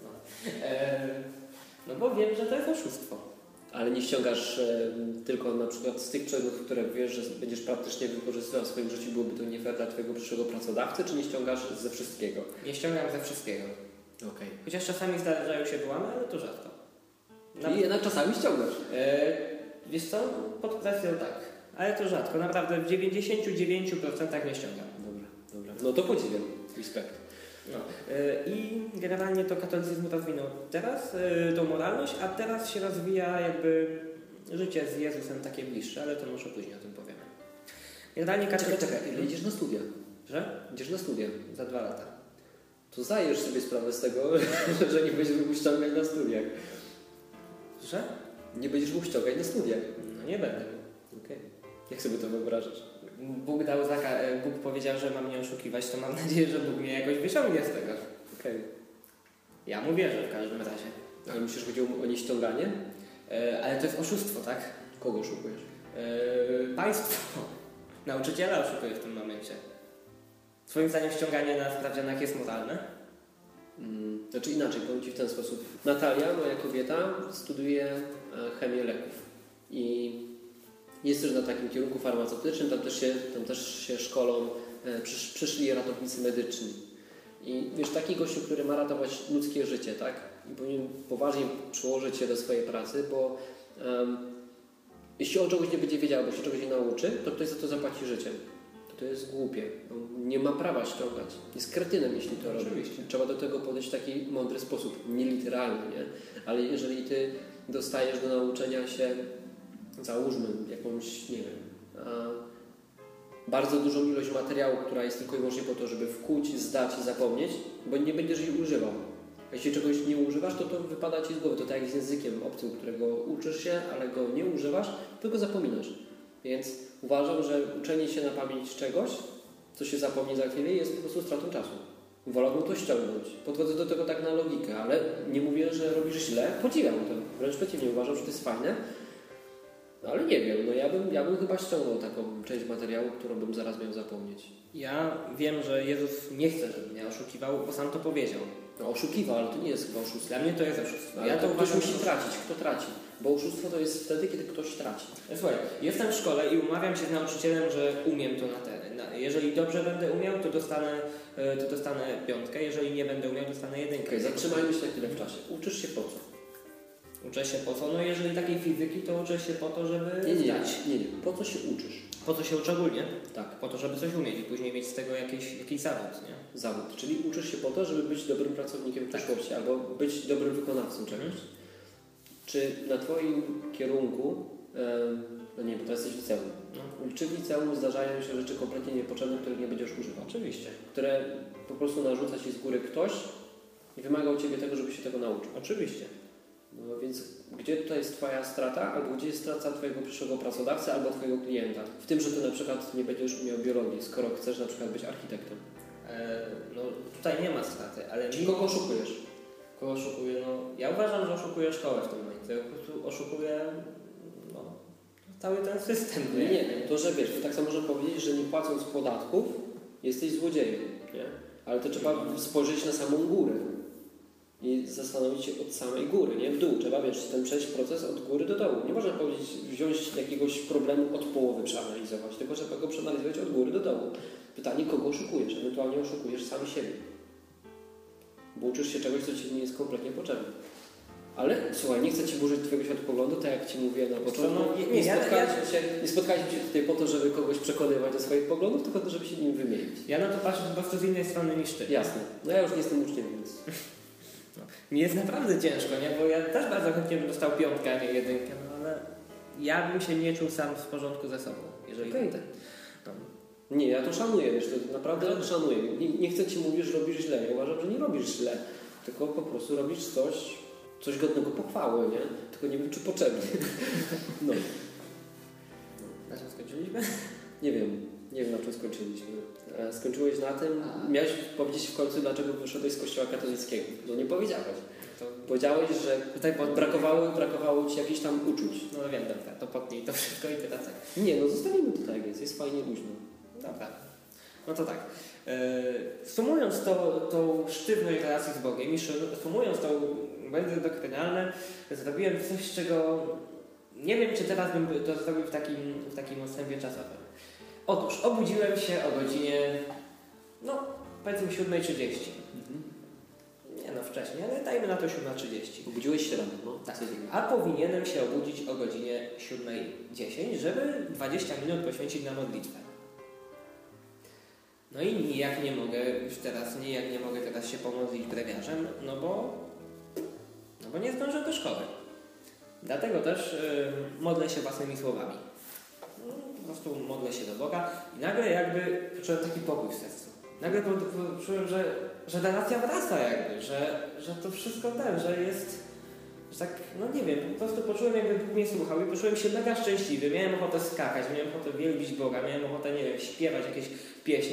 No bo wiem, że to jest oszustwo. Ale nie ściągasz tylko na przykład z tych przedmiotów, które wiesz, że będziesz praktycznie wykorzystywał w swoim życiu, byłoby to nie fair dla twojego przyszłego pracodawcy, czy nie ściągasz ze wszystkiego? Nie ściągam ze wszystkiego. Okej. Chociaż czasami zdarzają się wyłamy, ale to rzadko. I jednak czasami ściągasz. Wiesz co? Pod presją tak. Ale to rzadko. Naprawdę w 99% nie ściągam. Dobra. No to podziwiam. Respekt. No. I generalnie to katolicyzm rozwinął teraz tą moralność, a teraz się rozwija jakby życie z Jezusem takie bliższe, ale to może później o tym powiemy. Generalnie Czekaj, idziesz na studia. Że? Idziesz na studia. Za 2 lata. To zdajesz sobie sprawę z tego, że nie będziesz mógł ściągać na studiach. Że? Nie będziesz mógł ściągać na studiach. No nie będę. Okej. Jak sobie to wyobrażasz? Bóg powiedział, że mam nie oszukiwać, to mam nadzieję, że Bóg mnie jakoś wyciągnie z tego. Okej. Ja mu wierzę w każdym razie. Ale myślisz, że chodzi o nieściąganie? Ale to jest oszustwo, tak? Kogo oszukujesz? Państwo. Nauczyciela oszukuje w tym momencie. Twoim zdaniem ściąganie na sprawdzianach jest moralne? Znaczy inaczej, powiem Ci w ten sposób. Natalia, moja kobieta, studiuje chemię leków. I jest też na takim kierunku farmaceutycznym, tam też się szkolą, przyszli ratownicy medyczni. I wiesz, taki gościu, który ma ratować ludzkie życie, tak? I powinien poważnie przyłożyć się do swojej pracy, bo jeśli on czegoś nie będzie wiedział, bo się czegoś nie nauczy, to ktoś za to zapłaci życiem. To jest głupie. On nie ma prawa ściągać. Jest kretynem, jeśli to robi. Trzeba do tego podejść w taki mądry sposób. Nie literalnie, nie? Ale jeżeli ty dostajesz do nauczenia się, załóżmy jakąś, nie wiem, bardzo dużą ilość materiału, która jest tylko i wyłącznie po to, żeby wkuć, zdać i zapomnieć, bo nie będziesz jej używał. A jeśli czegoś nie używasz, to wypada ci z głowy. To tak jak z językiem obcym, którego uczysz się, ale go nie używasz, to go zapominasz. Więc uważam, że uczenie się na pamięć czegoś, co się zapomni za chwilę, jest po prostu stratą czasu. Wolałbym to ściągnąć. Podchodzę do tego tak na logikę, ale nie mówię, że robisz źle. Podziwiam to. Wręcz przeciwnie, uważam, że to jest fajne. No ale nie wiem, no ja bym chyba ściągnął taką część materiału, którą bym zaraz miał zapomnieć. Ja wiem, że Jezus nie chce, żebym mnie oszukiwał, bo sam to powiedział. No oszukiwał, ale to nie jest chyba oszustwo. Dla mnie to jest oszustwo. Ja to ktoś musi tracić. Kto traci? Bo oszustwo to jest wtedy, kiedy ktoś traci. Słuchaj, jestem w szkole i umawiam się z nauczycielem, że umiem to jeżeli dobrze będę umiał, to dostanę 5, jeżeli nie będę umiał, dostanę 1. Okej, zatrzymajmy się na chwilę w czasie. Uczysz się po co? Uczę się po co? No jeżeli takiej fizyki, to uczę się po to, żeby Nie. Po co się uczysz? Po co się uczę ogólnie? Tak. Po to, żeby coś umieć i później mieć z tego jakiś zawód, nie? Zawód. Czyli uczysz się po to, żeby być dobrym pracownikiem w przyszłości albo być dobrym wykonawcą czegoś. Czy na Twoim kierunku, no nie, bo teraz jesteś w liceum, czy w liceum zdarzają się rzeczy kompletnie niepotrzebne, których nie będziesz używał? Oczywiście. Które po prostu narzuca Ci z góry ktoś i wymaga od Ciebie tego, żebyś się tego nauczył. Oczywiście. No więc gdzie tutaj jest Twoja strata, albo gdzie jest strata Twojego przyszłego pracodawcy, albo Twojego klienta? W tym, że Ty na przykład nie będziesz umiał biologii, skoro chcesz na przykład być architektem. No tutaj nie ma straty, ale... Czyli kogo oszukujesz? Kogo oszukuję? No, ja uważam, że oszukuję szkołę w tym momencie. Ja po prostu oszukuję cały ten system. Nie, to że wiesz, to tak samo można powiedzieć, że nie płacąc podatków jesteś złodziejem, nie? Ale to trzeba spojrzeć na samą górę i zastanowić się od samej góry, nie w dół. Trzeba, wiesz, ten przejść proces od góry do dołu. Nie można powiedzieć, wziąć jakiegoś problemu od połowy przeanalizować, tylko trzeba go przeanalizować od góry do dołu. Pytanie, kogo oszukujesz? Ewentualnie oszukujesz sam siebie. Bo uczysz się czegoś, co Ci nie jest kompletnie potrzebne. Ale słuchaj, nie chcę Ci burzyć Twojego światopoglądu, tak jak Ci mówiłem na początku. Nie spotkaliśmy się tutaj po to, żeby kogoś przekonywać do swoich poglądów, tylko po to, żeby się nim wymienić. Ja na to patrzę po prostu z innej strony niż Ty. Jasne. No ja już nie jestem uczniem, więc... Mi jest naprawdę ciężko, nie? Bo ja też bardzo chętnie bym dostał 5, a nie 1, no ale ja bym się nie czuł sam w porządku ze sobą, jeżeli... Nie, ja to szanuję, wiesz, to naprawdę szanuję. Nie chcę Ci mówić, że robisz źle. Ja uważam, że nie robisz źle, tylko po prostu robisz coś coś godnego pochwały, nie? Tylko nie wiem, czy potrzebnie. No. Na czym skończyliśmy? Nie wiem, na czym skończyliśmy. Skończyłeś na tym, miałeś powiedzieć w końcu, dlaczego wyszedłeś z kościoła katolickiego. No nie powiedziałeś. To... Powiedziałeś, że tutaj brakowało ci jakichś tam uczuć. No wiem, dobra, to potnij to wszystko i teraz tak. Nie, no zostawimy to tak jak jest fajnie luźno. Dobra. No to tak. Sumując tą sztywność relacji z Bogiem i sumując tą błędy doktrynalne, zrobiłem coś, czego nie wiem, czy teraz bym to zrobił w takim odstępie czasowym. Otóż obudziłem się o godzinie, no powiedzmy 7:30. Nie no, wcześniej, ale dajmy na to 7:30. Obudziłeś się rano, no. Tak. A powinienem się obudzić o godzinie 7:10, żeby 20 minut poświęcić na modlitwę. No i nijak nie mogę teraz się pomodlić brewiarzem, no bo nie zdążę do szkoły. Dlatego też modlę się własnymi słowami. No, po prostu modlę się do Boga i nagle jakby poczułem taki pokój w sercu. Nagle poczułem, że relacja wraca jakby, że to wszystko że jest, że tak, no nie wiem, po prostu poczułem jakby Bóg mnie słuchał i poczułem się mega szczęśliwy. Miałem ochotę skakać, miałem ochotę wielbić Boga, miałem ochotę, nie wiem, śpiewać jakieś pieśni,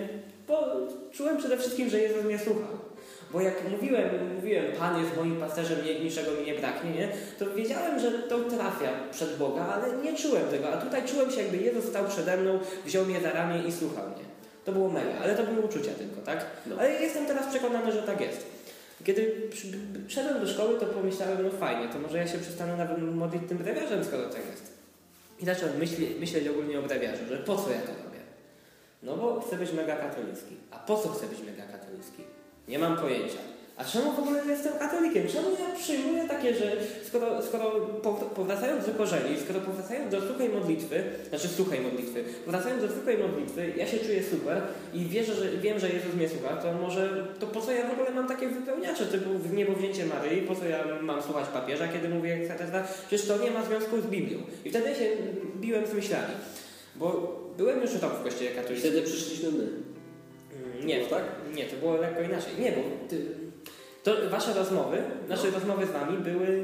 czułem przede wszystkim, że Jezus mnie słuchał. Bo jak mówiłem, Pan jest moim pasterzem, niczego mi nie braknie, nie? To wiedziałem, że to trafia przed Boga, ale nie czułem tego. A tutaj czułem się, jakby Jezus stał przede mną, wziął mnie za ramię i słuchał mnie. To było mega, ale to były uczucia tylko, tak? No. Ale jestem teraz przekonany, że tak jest. Kiedy szedłem do szkoły, to pomyślałem, no fajnie, to może ja się przestanę nawet modlić tym brewiarzem, skoro tak jest. I zacząłem myśleć ogólnie o brewiarzu, że po co ja to robię? No bo chcę być mega katolicki. A po co chcę być mega katolicki? Nie mam pojęcia. A czemu w ogóle jestem katolikiem? Czemu ja przyjmuję takie, że skoro powracając do korzeni, skoro powracając do powracając do zwykłej modlitwy, ja się czuję super i wiem, że Jezus mnie słucha, to po co ja w ogóle mam takie wypełniacze typu niebowzięcie Maryi, po co ja mam słuchać papieża, kiedy mówię etc. Przecież to nie ma związku z Biblią. I wtedy się biłem z myślami. Bo byłem już rok w kościele katolickim. Wtedy przyszliśmy my. Nie, tak? Nie, to było lekko inaczej. Nie, bo to wasze rozmowy, nasze rozmowy z wami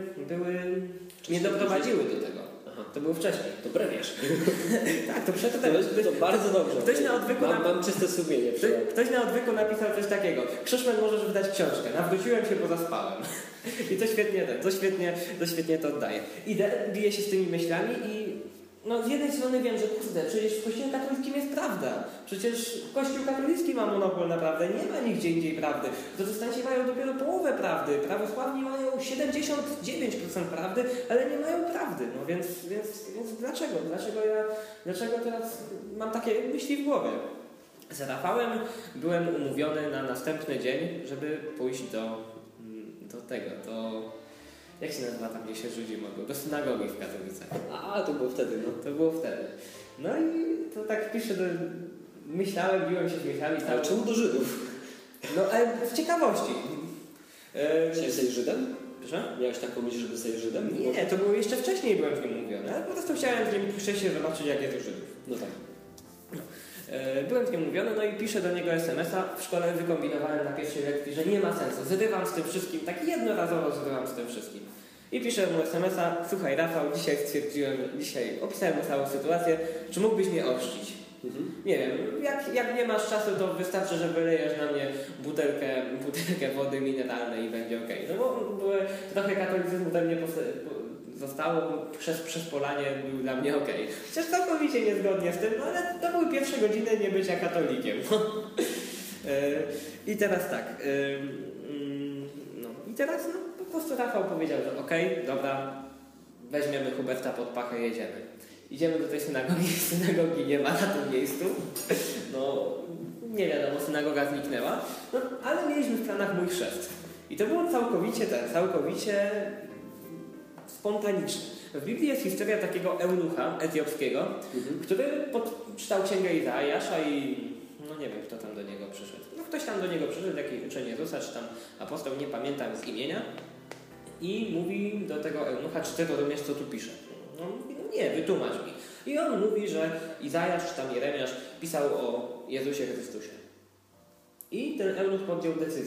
nie doprowadziły do tego. Aha. To było wcześniej. To brewiarz. Tak, to przedtem. To bardzo dobrze. Ktoś na odwyku mam czyste sumienie. Ktoś na odwyku napisał coś takiego. Krzyszman, możesz wydać książkę. Nawróciłem się, bo zaspałem. I to świetnie to oddaje. Idę, biję się z tymi myślami i no z jednej strony wiem, że kurde, przecież w Kościele katolickim jest prawda. Przecież Kościół katolicki ma monopol na prawdę, nie ma nigdzie indziej prawdy. Protestanci mają dopiero połowę prawdy, prawosławni mają 79% prawdy, ale nie mają prawdy. No więc dlaczego? Dlaczego teraz mam takie myśli w głowie? Z Rafałem byłem umówiony na następny dzień, żeby pójść do jak się nazywa tam, gdzie się ludzi mogą? Do synagogi w Katowicach. A, to było wtedy, no. To było wtedy. No i to tak piszę, myślałem, biłem się z myślami. Ale czemu do Żydów? No, ale z ciekawości. Chciałeś być Żydem? Proszę? Miałeś taką myśl, żeby być Żydem? Nie, to było jeszcze wcześniej byłem z nim mówiony, ale po prostu chciałem z nim przyjść się zobaczyć, jak jest u Żydów. No tak. No. Byłem z nim mówiony, no i piszę do niego SMS-a. W szkole wykombinowałem na pierwszej lekcji, że nie ma sensu. Zrywam z tym wszystkim, tak jednorazowo zrywam z tym wszystkim. I piszę mu SMS-a, słuchaj Rafał, dzisiaj opisałem mu całą sytuację, czy mógłbyś mnie ochrzcić? Nie wiem, jak nie masz czasu, to wystarczy, że wylejesz na mnie butelkę wody mineralnej i będzie okej. No bo trochę katolicyzmu we mnie zostało, przez polanie był dla mnie okej. Chociaż całkowicie niezgodnie z tym, no ale to były pierwsze godziny niebycia katolikiem. I teraz tak. Po prostu Rafał powiedział, że okej, dobra, weźmiemy Huberta pod pachę, jedziemy. Idziemy do tej synagogi nie ma na tym miejscu. No, nie wiadomo, synagoga zniknęła. No, ale mieliśmy w planach mój chrzest. I to było całkowicie spontaniczne. W Biblii jest historia takiego eunucha etiopskiego, który czytał księgę Izajasza i no nie wiem, kto tam do niego przyszedł. No ktoś tam do niego przyszedł, jakiś uczeń Jezusa, czy tam apostoł, nie pamiętam z imienia. I mówi do tego eunucha, czy ty rozumiesz, co tu pisze? No mówi, no nie, wytłumacz mi. I on mówi, że Izajasz, czy tam Jeremiasz pisał o Jezusie Chrystusie. I ten eunuch podjął decyzję.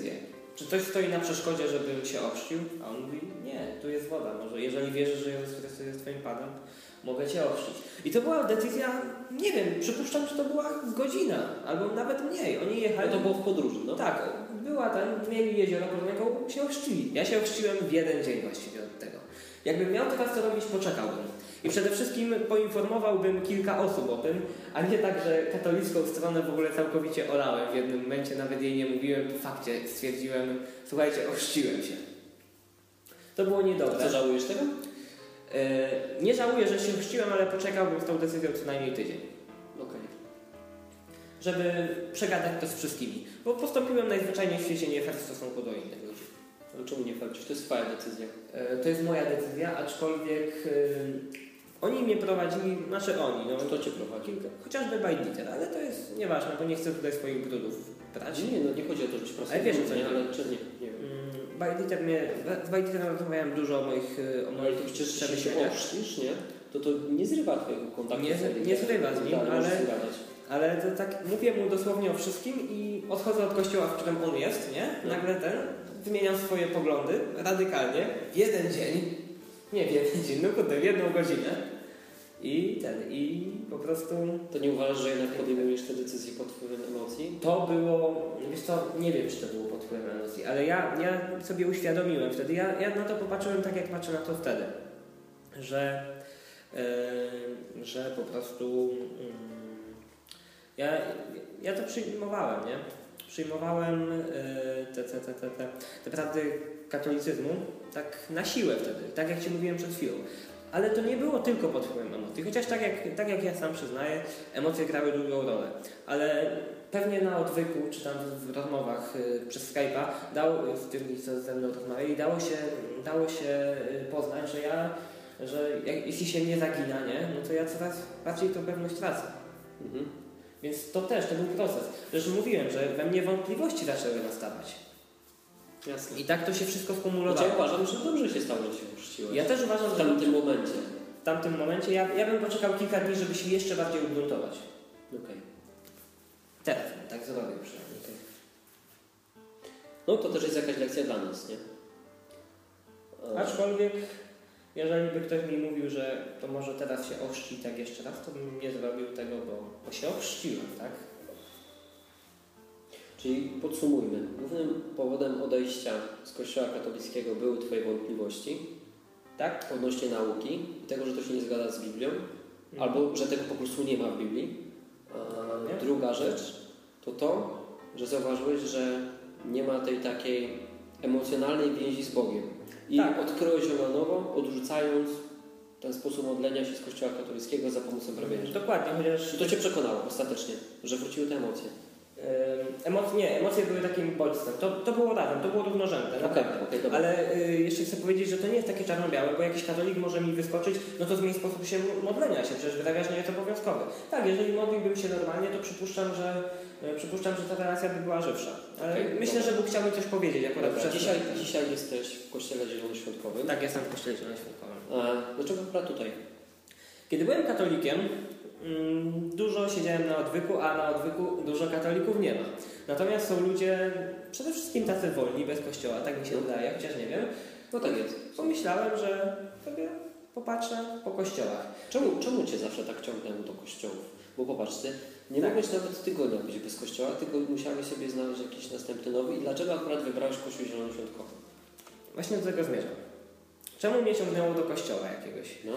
czy coś stoi na przeszkodzie, żebym się ochrzcił? A on mówi, nie, tu jest woda, może jeżeli wierzysz, że Jezus Chrystus jest Twoim Panem, mogę Cię ochrzcić. I to była decyzja, nie wiem, przypuszczam, że to była godzina, albo nawet mniej. Oni jechali... No to było w podróży, no? Tak, była tam, mieli jezioro pod ręką, się ochrzcili. Ja się ochrzciłem w jeden dzień właściwie od tego. Jakbym miał teraz co robić, poczekałbym. I przede wszystkim poinformowałbym kilka osób o tym, a nie tak, że katolicką stronę w ogóle całkowicie olałem. W jednym momencie nawet jej nie mówiłem, po fakcie stwierdziłem, słuchajcie, ochrzciłem się. To było niedobre. Co, żałujesz tego? Nie żałuję, że się ochrzciłem, ale poczekałbym z tą decyzją co najmniej tydzień. Okej. Żeby przegadać to z wszystkimi. Bo postąpiłem najzwyczajniej w świecie nie fair w stosunku do innych ludzi. Ale czemu nie fair? To jest Twoja decyzja. To jest moja decyzja, aczkolwiek oni mnie prowadzili, znaczy oni. No, kto Cię prowadzi? Chociażby Bajditer, ale to jest nieważne, bo nie chcę tutaj swoich brudów brać. Nie, no nie chodzi o to, żebyś prosto. Ale wiesz co, nie, ale czy nie wiem. Z Bajditerem rozmawiałem dużo o moich ale to przecież się ochrzcisz, nie? To nie zrywa Twojego kontaktu. Nie zrywa z nim, ale to tak mówię mu dosłownie o wszystkim i odchodzę od kościoła, w którym on jest, nie? Nagle wymieniam swoje poglądy radykalnie w jeden dzień. Nie w jeden dzień, no kurde, w jedną godzinę. I po prostu... To nie uważasz, że jednak podejmujesz te decyzje pod wpływem emocji? To było, wiesz co, nie wiem, czy to było pod wpływem emocji, ale ja sobie uświadomiłem wtedy, ja na to popatrzyłem tak, jak patrzę na to wtedy, że po prostu ja to przyjmowałem, nie? Przyjmowałem te prawdy katolicyzmu tak na siłę wtedy, tak jak Ci mówiłem przed chwilą. Ale to nie było tylko pod wpływem emocji, chociaż tak jak ja sam przyznaję, emocje grały dużą rolę. Ale pewnie na odwyku, czy tam w rozmowach przez Skype'a, z tymi, co ze mną rozmawiali, dało się poznać, jeśli się nie zagina, nie, no to ja coraz bardziej tą pewność tracę. Mhm. Więc to był proces. Zresztą mówiłem, że we mnie wątpliwości zaczęły nastawać. Jasne. I tak to się wszystko skumulowało. Ja uważam, że dobrze się stało, że się ochrzciłeś. Ja też uważam, że w tamtym momencie ja bym poczekał kilka dni, żeby się jeszcze bardziej ugruntować. Okej. Teraz tak zrobię przynajmniej. Okay. No to też jest jakaś lekcja dla nas, nie? Aczkolwiek, jeżeli by ktoś mi mówił, że to może teraz się ochrzci tak jeszcze raz, to bym nie zrobił tego, bo się ochrzciłem, tak? Czyli podsumujmy. Głównym powodem odejścia z Kościoła katolickiego były Twoje wątpliwości, tak? Odnośnie nauki i tego, że to się nie zgadza z Biblią, albo że tego po prostu nie ma w Biblii. Druga rzecz to, że zauważyłeś, że nie ma tej takiej emocjonalnej więzi z Bogiem. I odkryłeś ją na nowo, odrzucając ten sposób modlenia się z Kościoła katolickiego za pomocą prawierzy. Dokładnie, chociaż... I to Cię przekonało ostatecznie, że wróciły te emocje. Emocje były takim bodźcem. To było razem, to było równorzędne. Okay, ale jeszcze chcę powiedzieć, że to nie jest takie czarno-białe, bo jakiś katolik może mi wyskoczyć, no to zmień sposób modlenia się, przecież wyrabiasz nie jest obowiązkowy. Tak, jeżeli modliłbym się normalnie, to przypuszczam, że ta relacja by była żywsza. Ale myślę, że Bóg chciał mi coś powiedzieć akurat przez Dzisiaj jesteś w Kościele Zielonoświątkowym. Tak, jestem w Kościele Zielonoświątkowym. Dlaczego akurat tutaj? Kiedy byłem katolikiem, dużo siedziałem na odwyku, a na odwyku dużo katolików nie ma. Natomiast są ludzie przede wszystkim tacy wolni, bez kościoła, tak mi się wydaje, chociaż nie wiem. No tak jest. Pomyślałem, że sobie popatrzę po kościołach. Czemu Cię zawsze tak ciągnęło do kościołów? Bo popatrzcie, nie mogłeś nawet tygodnia być bez kościoła, tylko musiałeś sobie znaleźć jakiś następny nowy. I dlaczego akurat wybrałeś Kościół Zielonoświątkowy? Właśnie do tego zmierzam. Czemu mnie ciągnęło do kościoła jakiegoś? No.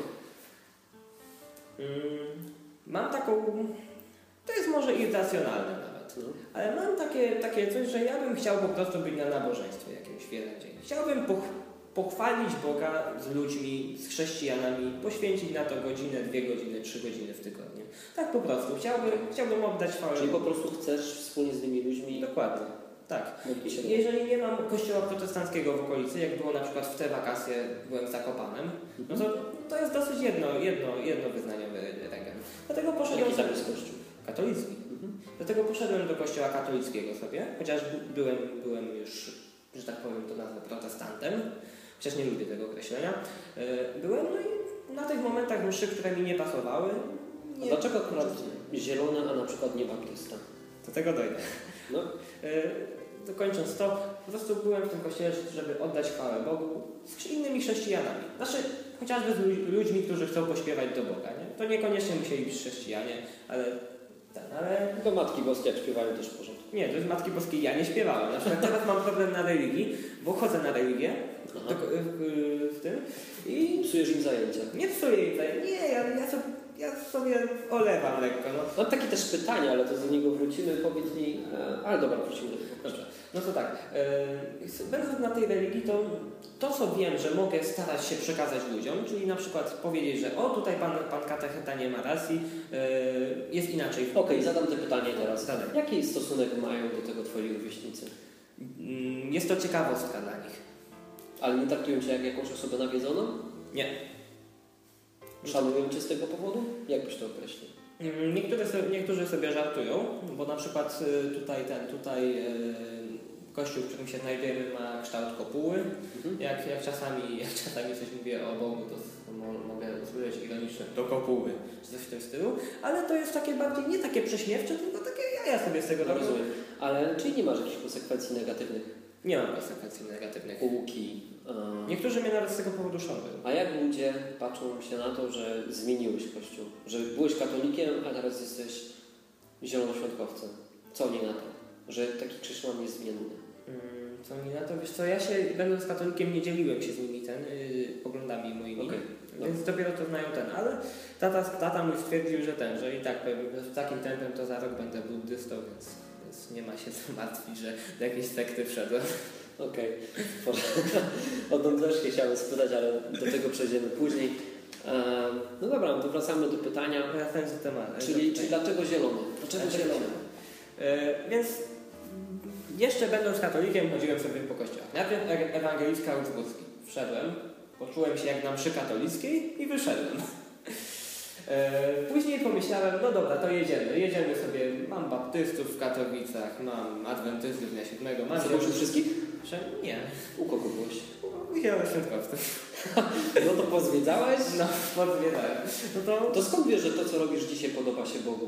Mam taką... To jest może irracjonalne nawet, ale mam takie coś, że ja bym chciał po prostu być na nabożeństwie jakimś w jeden dzień. Chciałbym pochwalić Boga z ludźmi, z chrześcijanami, poświęcić na to godzinę, 2 godziny, 3 godziny w tygodniu. Tak po prostu. Chciałbym oddać chwałę. Czyli po prostu chcesz wspólnie z tymi ludźmi... Dokładnie. Tak. Jeżeli nie mam kościoła protestanckiego w okolicy, jak było na przykład w te wakacje, byłem w Zakopanem, no to jest dosyć jednowyznaniowy region. Dlatego poszedłem... Jaki tam jest kościół? Katolicki. Dlatego poszedłem do kościoła katolickiego sobie, chociaż byłem już, że tak powiem, to nazwę protestantem, chociaż nie lubię tego określenia. Byłem, no i na tych momentach mszy, które mi nie pasowały... A dlaczego akurat zielone, a na przykład nie baptysta? Do tego dojdę. No. kończąc to, po prostu byłem w tym kościele, żeby oddać chwałę Bogu z innymi chrześcijanami. Znaczy, chociażby z ludźmi, którzy chcą pośpiewać do Boga. Nie? To niekoniecznie musieli być chrześcijanie, ale... Do Matki Boskiej jak śpiewają też w porządku. Nie, do Matki Boskiej ja nie śpiewałem. Na przykład teraz mam problem na religii, bo chodzę na religię w tym i... Psujesz im zajęcia. Nie psuję im zajęcia. Nie, ja sobie olewam lekko. No. Mam takie też pytanie, ale to do niego wrócimy. Powiedz mi... Ale dobra, wrócimy do tego. Dobrze. No to tak. Będąc na tej religii, to co wiem, że mogę starać się przekazać ludziom, czyli na przykład powiedzieć, że tutaj pan katecheta nie ma racji, jest inaczej. Okej, zadam to pytanie teraz. Zadaj. Jaki stosunek mają do tego twoi rówieśnicy? Jest to ciekawostka dla nich. Ale nie traktują cię jak jakąś osobę nawiedzoną? Nie. Szanują cię z tego powodu? Jak byś to określił? Niektórzy sobie żartują, bo na przykład tutaj kościół, w którym się znajdziemy, ma kształt kopuły. Jak czasami coś mówię o Bogu, to mogę usłyszeć ironiczne do kopuły, czy coś w tym stylu, ale to jest takie bardziej, nie takie prześmiewcze, tylko takie ja sobie z tego robię. Rozumiem. Ale czyli nie masz jakichś konsekwencji negatywnych? Nie mam konsekwencji negatywnych. Kółki. Niektórzy mnie nawet z tego powodu szanują. A jak ludzie patrzą się na to, że zmieniłeś Kościół? Że byłeś katolikiem, a teraz jesteś zielonoświątkowcem. Co oni na to? Że taki chrześcijan jest zmienny? Co mi na to? Wiesz co, ja się, będąc katolikiem, nie dzieliłem się z nimi poglądami moimi. Okay. Więc dopiero to znają ale tata mój stwierdził, że i tak z takim tempem to za rok będę buddystą, więc nie ma się co martwić, że do jakiejś sekty wszedłem. Okej. O tą też chciałem spytać, ale do tego przejdziemy później. No dobra, to wracamy do pytania. Wracając do tematu. Czyli dlaczego zielony? Dlaczego zielony? Więc jeszcze będąc katolikiem chodziłem sobie po kościołach. Najpierw ewangelicka Augsburski. Wszedłem, poczułem się jak na mszy katolickiej i wyszedłem. Później pomyślałem, no dobra, to jedziemy sobie, mam baptystów w Katowicach, mam adwentystów dnia 7. Mam wszystkich? Nie. U kogo byłeś? U zielonoświątkowców. No to pozwiedzałeś? No, pozwiedzałem. To skąd wiesz, że to, co robisz dzisiaj, podoba się Bogu?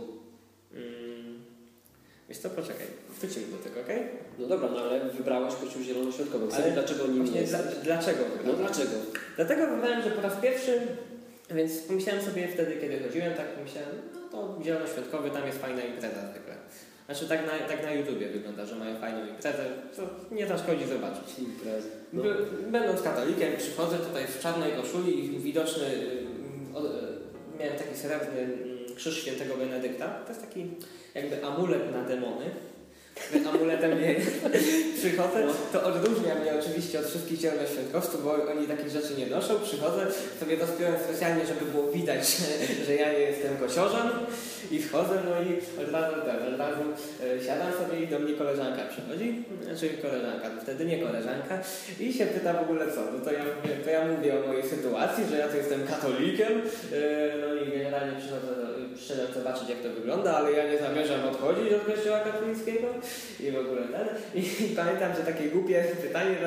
Wiesz co, poczekaj, wrócimy do tego, okej? No dobra, ale wybrałeś Kościół Zielonoświątkowy. Ale dlaczego nim nie jesteś? Dlaczego? No dlaczego? Dlatego wybrałem, że po raz pierwszy, więc pomyślałem sobie wtedy, kiedy chodziłem, tak pomyślałem, no to Zielonoświątkowy, tam jest fajna impreza zwykle. Znaczy tak na YouTubie wygląda, że mają fajną imprezę, to nie zaszkodzi zobaczyć. Imprezę. No. Będąc katolikiem, przychodzę tutaj w czarnej koszuli i widoczny, miałem taki srebrny krzyż świętego Benedykta. To jest taki jakby amulet na demony. Amuletem nie przychodzę, to odróżnia mnie oczywiście od wszystkich zielonoświątkowców, bo oni takich rzeczy nie noszą. Przychodzę, sobie rozpiąłem specjalnie, żeby było widać, że ja nie jestem kociorzem i wchodzę, no i od razu siadam sobie i do mnie koleżanka przychodzi, znaczy koleżanka, to wtedy nie koleżanka i się pyta w ogóle co, no to ja mówię o mojej sytuacji, że ja tu jestem katolikiem, no i generalnie przyszedłem zobaczyć jak to wygląda, ale ja nie zamierzam odchodzić od kościoła katolickiego i w ogóle I pamiętam, że takie głupie pytanie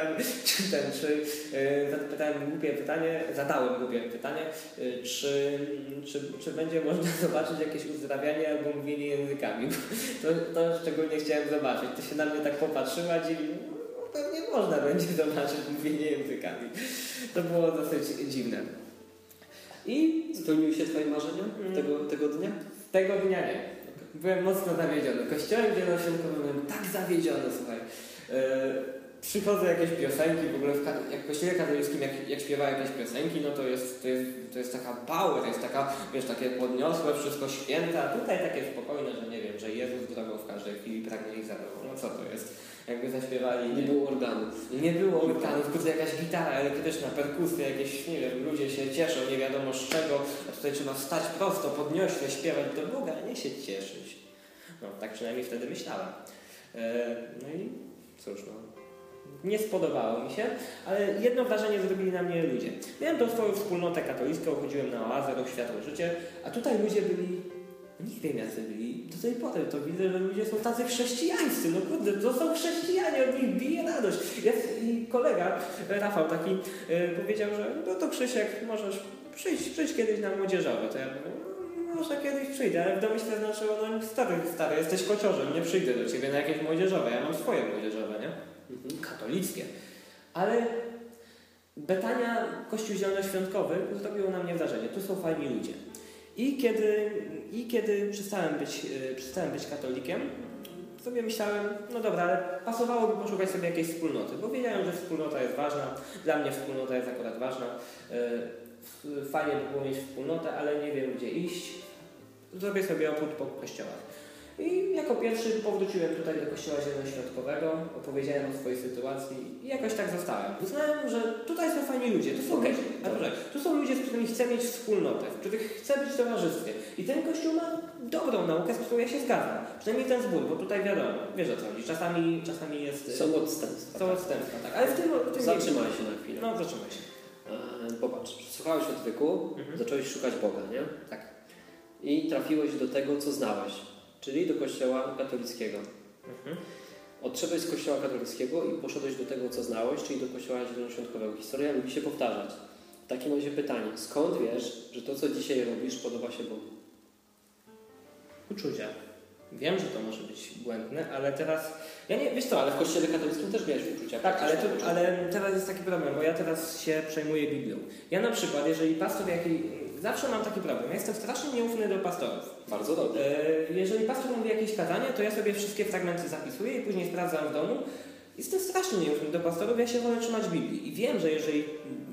zadałem głupie pytanie, czy będzie można zobaczyć jakieś uzdrawianie albo mówienie językami. To szczególnie chciałem zobaczyć. To się na mnie tak popatrzyła i pewnie można będzie zobaczyć mówienie językami. To było dosyć dziwne. I spełniły się Twoje marzenia tego dnia? Tego dnia nie. Byłem mocno zawiedziony. Kościołem zielonoświątkowym byłem tak zawiedziony, słuchaj. Przychodzą jakieś piosenki, w ogóle jak w kościele katolickim, jak śpiewają jakieś piosenki, no to jest taka power, to jest taka, wiesz, takie podniosłe, wszystko święte, a tutaj takie spokojne, że nie wiem, że Jezus drogą w każdej chwili pragnie ich zabrał. No co to jest? Jakby zaśpiewali... Nie było organów. Nie było organów, tylko jakaś gitara elektryczna, perkusja, jakieś, nie wiem, ludzie się cieszą, nie wiadomo z czego, a tutaj trzeba stać prosto, podniośle, śpiewać do Boga, a nie się cieszyć. No, tak przynajmniej wtedy myślałem. No i cóż, no. Nie spodobało mi się, ale jedno wrażenie zrobili na mnie ludzie. Miałem tą swoją wspólnotę katolicką, chodziłem na oazę, Ruch Światło Życie, a tutaj ludzie byli, nie wiem jacy byli, do tej pory to widzę, że ludzie są tacy chrześcijańscy, no kurde, to są chrześcijanie, od nich bije radość. I kolega, Rafał taki, powiedział, że no to Krzysiek, możesz przyjść kiedyś na młodzieżowe, to ja mówię, może kiedyś przyjdę, ale w domyśle znaczyło, no stary, jesteś kociorzem, nie przyjdę do ciebie na jakieś młodzieżowe, ja mam swoje młodzieżowe, nie? Katolickie. Ale Betania, Kościół Zielonoświątkowy zrobiło na mnie wrażenie. Tu są fajni ludzie. I kiedy przestałem być katolikiem, sobie myślałem, no dobra, ale pasowałoby poszukać sobie jakiejś wspólnoty, bo wiedziałem, że wspólnota jest ważna, dla mnie wspólnota jest akurat ważna. Fajnie by było mieć wspólnotę, ale nie wiem gdzie iść. Zrobię sobie obchód po kościołach. I jako pierwszy powróciłem tutaj do Kościoła Zielonoświątkowego, opowiedziałem o swojej sytuacji i jakoś tak zostałem. Uznałem, że tutaj są fajni ludzie, to są ludzie, tu są ludzie, z którymi chcę mieć wspólnotę, w których chcę być w towarzystwie. I ten Kościół ma dobrą naukę, z którą ja się zgadzam. Przynajmniej ten zbór, bo tutaj wiadomo, wiesz o co chodzi, czasami jest... Są odstępstwa. Tak. Ale w tym zatrzymaj się na chwilę. No, zatrzymaj się. Popatrz, słuchałeś odwyku, zacząłeś szukać Boga, nie? Tak. I trafiłeś do tego, co znałeś, czyli do Kościoła katolickiego. Odszedłeś z Kościoła katolickiego i poszedłeś do tego, co znałeś, czyli do Kościoła Zielonoświątkowego. Historia lubi się powtarzać. W takim razie pytanie, skąd wiesz, że to, co dzisiaj robisz, podoba się Bogu? Uczucia. Wiem, że to może być błędne, ale teraz... Ale w Kościele katolickim też miałeś uczucia. Tak, ale teraz jest taki problem, bo ja teraz się przejmuję Biblią. Ja na przykład, jeżeli pastor zawsze mam taki problem, ja jestem strasznie nieufny do pastorów. Bardzo dobrze. Jeżeli pastor mówi jakieś kazanie, to ja sobie wszystkie fragmenty zapisuję i później sprawdzam w domu. Jestem strasznie nieufny do pastorów, ja się wolę trzymać Biblii. I wiem, że jeżeli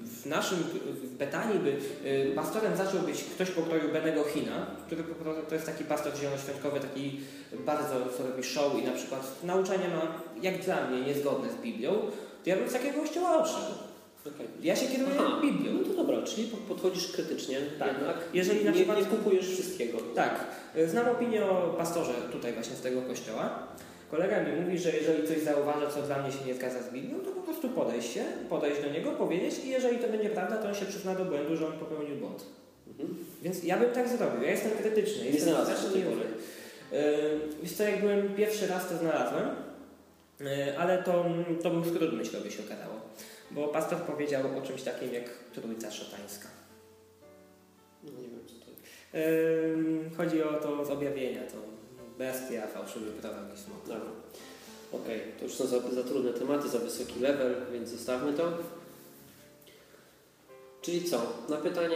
w Betanii by pastorem zaczął być ktoś pokroju Benego Hina, który to jest taki pastor zielonoświątkowy, taki bardzo co robi show i na przykład nauczanie ma, jak dla mnie, niezgodne z Biblią, to ja bym z takiego kościoła odszedł. Okay. Ja się kieruję Biblią. No to dobra, czyli podchodzisz krytycznie, tak. Jednak jeżeli na przykład nie kupujesz wszystkiego. Tak. Znam opinię o pastorze tutaj właśnie z tego kościoła. Kolega mi mówi, że jeżeli coś zauważa, co dla mnie się nie zgadza z Biblią, to po prostu podejść do niego, powiedzieć i jeżeli to będzie prawda, to on się przyzna do błędu, że on popełnił błąd. Więc ja bym tak zrobił. Ja jestem krytyczny. Nie znalazłem tej pory. Wiesz co, jak byłem pierwszy raz, to znalazłem, ale to był skrót myślowy, się okazało. Bo pastor powiedział o czymś takim jak trójca szatańska. No nie wiem, co to jest. Chodzi o to z objawienia, to bestia, fałszywy prorok i smok. Dobra. Okej, to już są za trudne tematy, za wysoki level, więc zostawmy to. Czyli co? Na pytanie,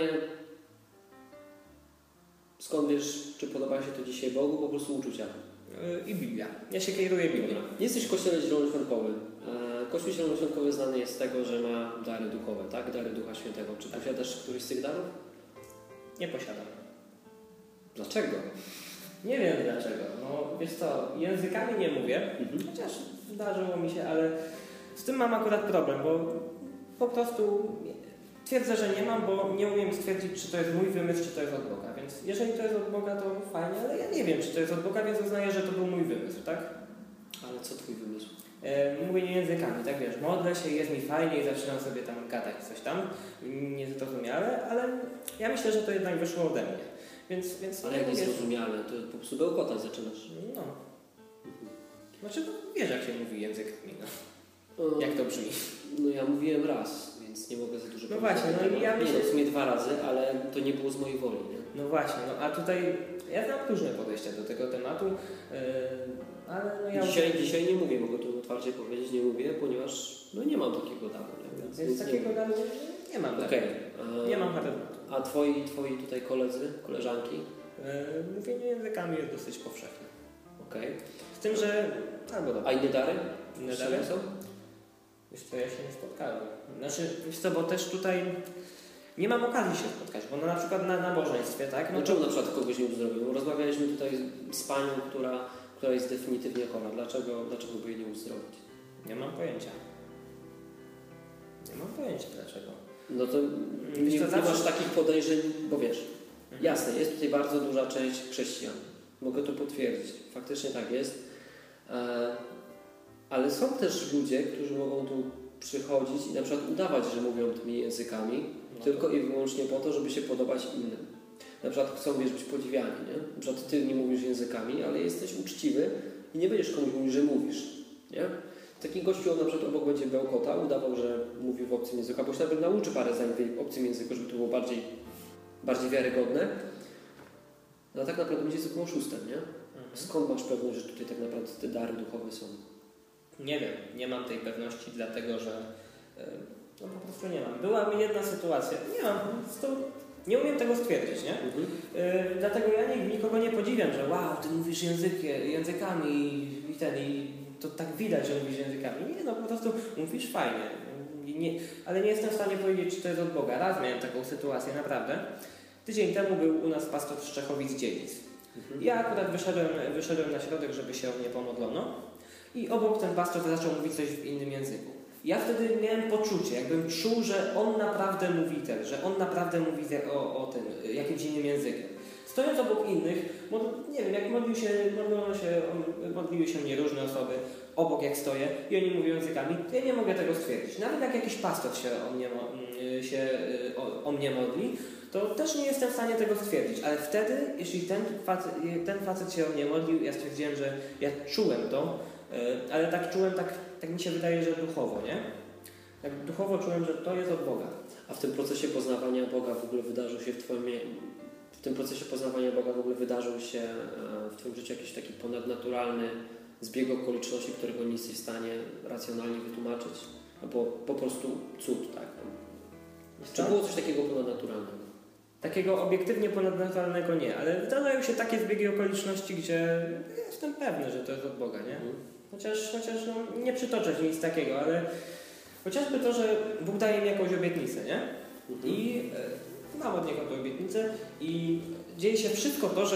skąd wiesz, czy podoba się to dzisiaj Bogu, po prostu uczucia. I Biblia. Ja się kieruję Biblią. Jesteś w Kościele Zielonoświątkowym. Kościół Zielonoświątkowy znany jest z tego, że ma dary duchowe, tak? Dary Ducha Świętego. Czy posiadasz któryś z tych darów? Nie posiadam. Dlaczego? Nie wiem dlaczego. No wiesz co, językami nie mówię, chociaż zdarzyło mi się, ale z tym mam akurat problem, bo po prostu twierdzę, że nie mam, bo nie umiem stwierdzić, czy to jest mój wymysł, czy to jest od Boga. Więc jeżeli to jest od Boga, to fajnie, ale ja nie wiem, czy to jest od Boga, więc uznaję, że to był mój wymysł, tak? Ale co twój wymysł? Mówię językami, tak wiesz, modlę się, jest mi fajnie i zaczynam sobie tam gadać coś tam, niezrozumiałe, ale ja myślę, że to jednak wyszło ode mnie. Więc ale jak niezrozumiale, to po prostu bełkotać zaczynasz. No. Znaczy, wiesz jak się mówi językami, no. Jak to brzmi? No ja mówiłem raz, więc nie mogę za dużo powiedzieć. No właśnie, no i ja myślę... w sumie 2 razy, ale to nie było z mojej woli, nie? No właśnie, no a tutaj ja znam różne podejścia do tego tematu, ale no ja... Dzisiaj nie mówię, mogę tu otwarcie powiedzieć, nie mówię, ponieważ no nie mam takiego daru, nie? Więc takiego daru nie mam. Okej. Nie mam charyzmatu. A twoi tutaj koledzy, koleżanki? Mówienie językami jest dosyć powszechne. Okej. Z tym, że... Albo dobra. A inne dary? Inne dary są? Wiesz co, ja się nie spotkałem. Znaczy, wiesz co, bo też tutaj nie mam okazji się spotkać, bo no na przykład na nabożeństwie, tak? No czemu na przykład kogoś nie uzdrowił? Rozmawialiśmy tutaj z panią, która jest definitywnie chora. Dlaczego by jej nie uzdrowić? Nie mam pojęcia. Nie mam pojęcia dlaczego. No to nie masz takich podejrzeń, bo wiesz, jasne, jest tutaj bardzo duża część chrześcijan. Mogę to potwierdzić. Faktycznie tak jest. Ale są też ludzie, którzy mogą tu przychodzić i na przykład udawać, że mówią tymi językami, tylko i wyłącznie po to, żeby się podobać innym. Na przykład chcą, wiesz, być podziwiani, nie? Na przykład ty nie mówisz językami, ale jesteś uczciwy i nie będziesz komuś mówić, że mówisz, nie? Taki gościu na przykład obok będzie bełkotał, udawał, że mówił w obcym języku, albo się nawet nauczy parę zdań w obcym języku, żeby to było bardziej wiarygodne. No a tak naprawdę będzie zwykłym oszustem, nie? Skąd masz pewność, że tutaj tak naprawdę te dary duchowe są? Nie wiem, nie mam tej pewności, dlatego że no po prostu nie mam. Była mi jedna sytuacja, nie umiem tego stwierdzić, nie? Dlatego ja nikogo nie podziwiam, że wow, ty mówisz językami i to tak widać, że mówisz językami. Nie, no po prostu mówisz fajnie. Ale nie jestem w stanie powiedzieć, czy to jest od Boga. Raz miałem taką sytuację, naprawdę. Tydzień temu był u nas pastor z Czechowic-Dziedzic. Ja akurat wyszedłem na środek, żeby się o mnie pomodlono i obok ten pastor zaczął mówić coś w innym języku. Ja wtedy miałem poczucie, jakbym czuł, że on naprawdę mówi o tym, jakimś innym językiem. Stojąc obok innych, nie wiem, jak modliły się mnie różne osoby obok jak stoję i oni mówią językami, to ja nie mogę tego stwierdzić. Nawet jak jakiś pastor się o mnie modli, to też nie jestem w stanie tego stwierdzić. Ale wtedy, jeśli ten facet się o mnie modlił, ja stwierdziłem, że ja czułem to, ale tak czułem, tak mi się wydaje, że duchowo, nie? Tak duchowo czułem, że to jest od Boga. A w tym procesie poznawania Boga w ogóle wydarzył się w Twoim życiu jakiś taki ponadnaturalny zbieg okoliczności, którego nie jesteś w stanie racjonalnie wytłumaczyć? Albo po prostu cud, tak? Czy było coś takiego ponadnaturalnego? Takiego obiektywnie ponadnaturalnego nie, ale zdarzają się takie zbiegi okoliczności, gdzie jestem pewny, że to jest od Boga, nie? Chociaż nie przytoczę nic takiego, ale chociażby to, że Bóg daje mi jakąś obietnicę, nie? I mam od Niego tę obietnicę i dzieje się wszystko to,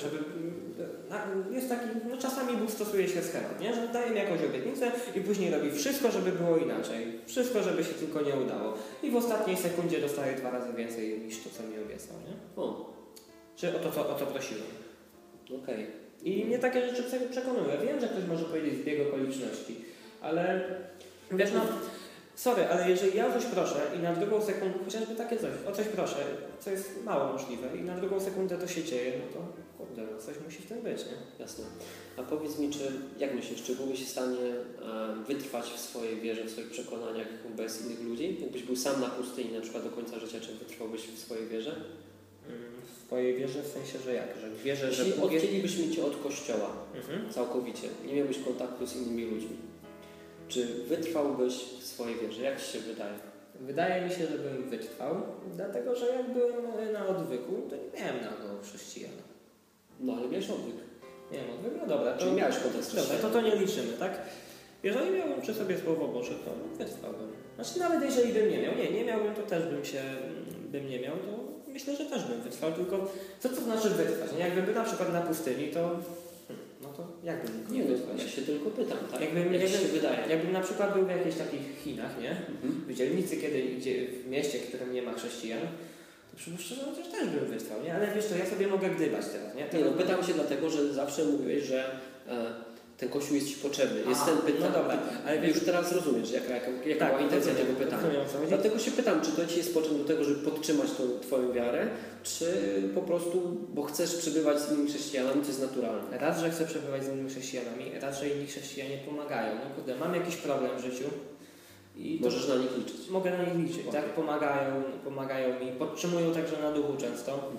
jest taki, czasami Bóg stosuje się schemat, nie? Że daje mi jakąś obietnicę i później robi wszystko, żeby było inaczej. Wszystko, żeby się tylko nie udało. I w ostatniej sekundzie dostaje 2 razy więcej niż to, co mi obiecał, nie? Czy o to prosiłem. Okej. I mnie takie rzeczy przekonują. Ja wiem, że ktoś może powiedzieć zbieg okoliczności, ale wiesz, sorry, ale jeżeli ja o coś proszę i na drugą sekundę, chociażby takie coś, o coś proszę, co jest mało możliwe i na drugą sekundę to się dzieje, no to kurde, coś musi w tym być, nie? Jasne. A powiedz mi, jak myślisz, czy byłbyś w stanie wytrwać w swojej wierze, w swoich przekonaniach bez innych ludzi? Jakbyś był sam na pustyni na przykład do końca życia, czy wytrwałbyś w swojej wierze? W swojej wierze w sensie, że jak? Że wierzę, że Jeśli odcięlibyśmy Cię od Kościoła całkowicie, nie miałbyś kontaktu z innymi ludźmi, czy wytrwałbyś w swojej wierze? Jak Ci się wydaje? Wydaje mi się, że bym wytrwał, dlatego że jak byłem na odwyku, to nie miałem nago chrześcijana. No ale miałeś odwyk. Miałem odwyk, no dobra. Czyli miałeś kontakt z chrześcijanem. Dobra, to nie liczymy, tak? Jeżeli miałbym przy sobie Słowo Boże, to wytrwałbym. Znaczy nawet jeżeli bym nie miał, nie miałbym, to też bym nie miał, to myślę, że też bym wytrwał, tylko co to znaczy wytrwać? Jakbym był na przykład na pustyni, to jak bym nie wytrwać? Ja się tylko pytam, tak? Jak się wydaje? Jakbym na przykład był w jakichś takich Chinach, nie? W dzielnicy, gdzie w mieście, w którym nie ma chrześcijan, to przypuszczam, że też bym wytrwał, nie? Ale wiesz co, ja sobie mogę gdybać teraz, nie? Pytam się dlatego, że zawsze mówiłeś, że ten Kościół jest Ci potrzebny. Jest ten pytanie. No dobra, ale już teraz rozumiesz, jaka była intencja tego pytania. Dlatego się pytam, czy to Ci jest potrzebne do tego, żeby podtrzymać tą Twoją wiarę, czy po prostu, bo chcesz przebywać z innymi chrześcijanami, to jest naturalne. Raz, że chcę przebywać z innymi chrześcijanami, raz, że inni chrześcijanie pomagają. No kurde, mam jakiś problem w życiu. I możesz na nich liczyć. Mogę na nich liczyć, tak? Pomagają mi, podtrzymują także na duchu często.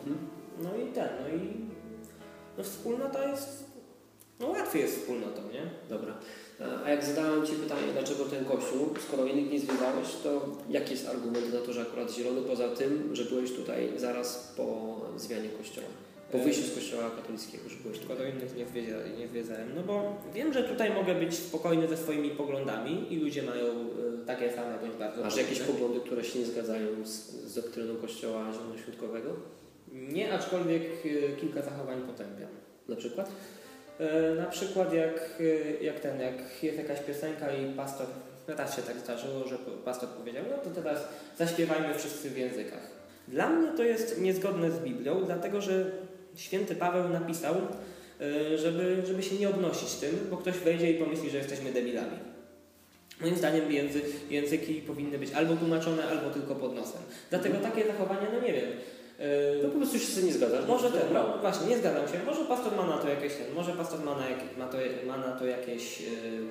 Wspólnota jest... łatwiej jest wspólnotą, nie? Dobra. A jak zadałem Ci pytanie, dlaczego ten Kościół, skoro innych nie zwiedzałeś, to jaki jest argument na to, że akurat Zielony, poza tym, że byłeś tutaj zaraz po zmianie Kościoła? Po wyjściu z Kościoła katolickiego, że byłeś tutaj? Skoro innych nie zwiedzałem, no bo wiem, że tutaj mogę być spokojny ze swoimi poglądami i ludzie mają takie same bądź bardzo... Masz jakieś poglądy, które się nie zgadzają z doktryną Kościoła Zielonoświątkowego? Nie, aczkolwiek kilka zachowań potępiam. Na przykład? Na przykład jak jest jakaś piosenka i pastor, raz się tak zdarzyło, że pastor powiedział, no to teraz zaśpiewajmy wszyscy w językach. Dla mnie to jest niezgodne z Biblią, dlatego że święty Paweł napisał, żeby się nie obnosić tym, bo ktoś wejdzie i pomyśli, że jesteśmy debilami. Moim zdaniem języki powinny być albo tłumaczone, albo tylko pod nosem. Dlatego takie zachowania, no nie wiem. To po prostu się z tym nie zgadzasz? Może właśnie, nie zgadzam się. Może pastor ma na to jakieś może pastor ma na to jakieś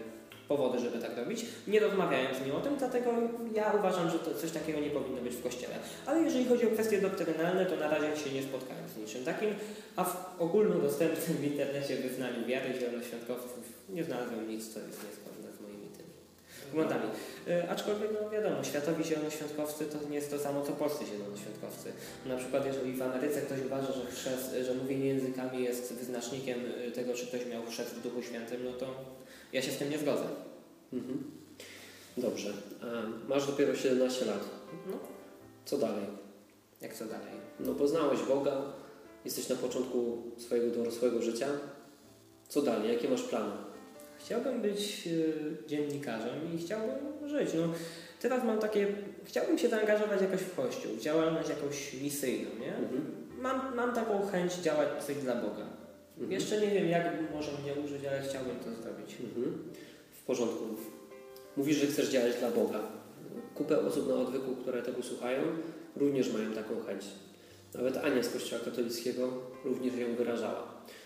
powody, żeby tak robić. Nie rozmawiałem z nim o tym, dlatego ja uważam, że to coś takiego nie powinno być w Kościele. Ale jeżeli chodzi o kwestie doktrynalne, to na razie się nie spotkałem z niczym takim, a w ogólnodostępnym w internecie wyznaniu wiary zielonoświątkowców nie znalazłem nic, co jest niezgodne z moimi tymi poglądami. Aczkolwiek, no wiadomo, światowi zielonoświątkowcy to nie jest to samo, co polscy zielonoświątkowcy. Na przykład, jeżeli w Ameryce ktoś uważa, że mówienie językami jest wyznacznikiem tego, czy ktoś miał chrzest w Duchu Świętym, no to ja się z tym nie zgodzę. Mhm. Dobrze. Masz dopiero 17 lat. No. Co dalej? Jak co dalej? No poznałeś Boga, jesteś na początku swojego dorosłego życia. Co dalej? Jakie masz plany? Chciałbym być dziennikarzem i chciałbym żyć. No, teraz mam takie... Chciałbym się zaangażować jakoś w Kościół, w działalność jakąś misyjną, nie? Mam taką chęć działać coś dla Boga. Jeszcze nie wiem, jak może mnie użyć, ale chciałbym to zrobić. W porządku. Mówisz, że chcesz działać dla Boga. Kupę osób na odwyku, które tego słuchają, również mają taką chęć. Nawet Ania z Kościoła katolickiego również ją wyrażała.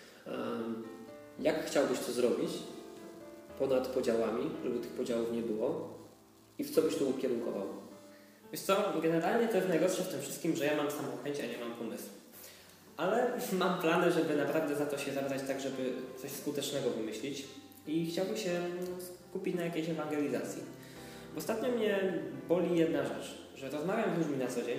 Jak chciałbyś to zrobić ponad podziałami, żeby tych podziałów nie było i w co byś to ukierunkował? Wiesz co, generalnie to jest najgorsze w tym wszystkim, że ja mam samą chęć, a nie mam pomysłu. Ale mam plany, żeby naprawdę za to się zabrać tak, żeby coś skutecznego wymyślić i chciałbym się skupić na jakiejś ewangelizacji. Ostatnio mnie boli jedna rzecz, że rozmawiam z ludźmi na co dzień,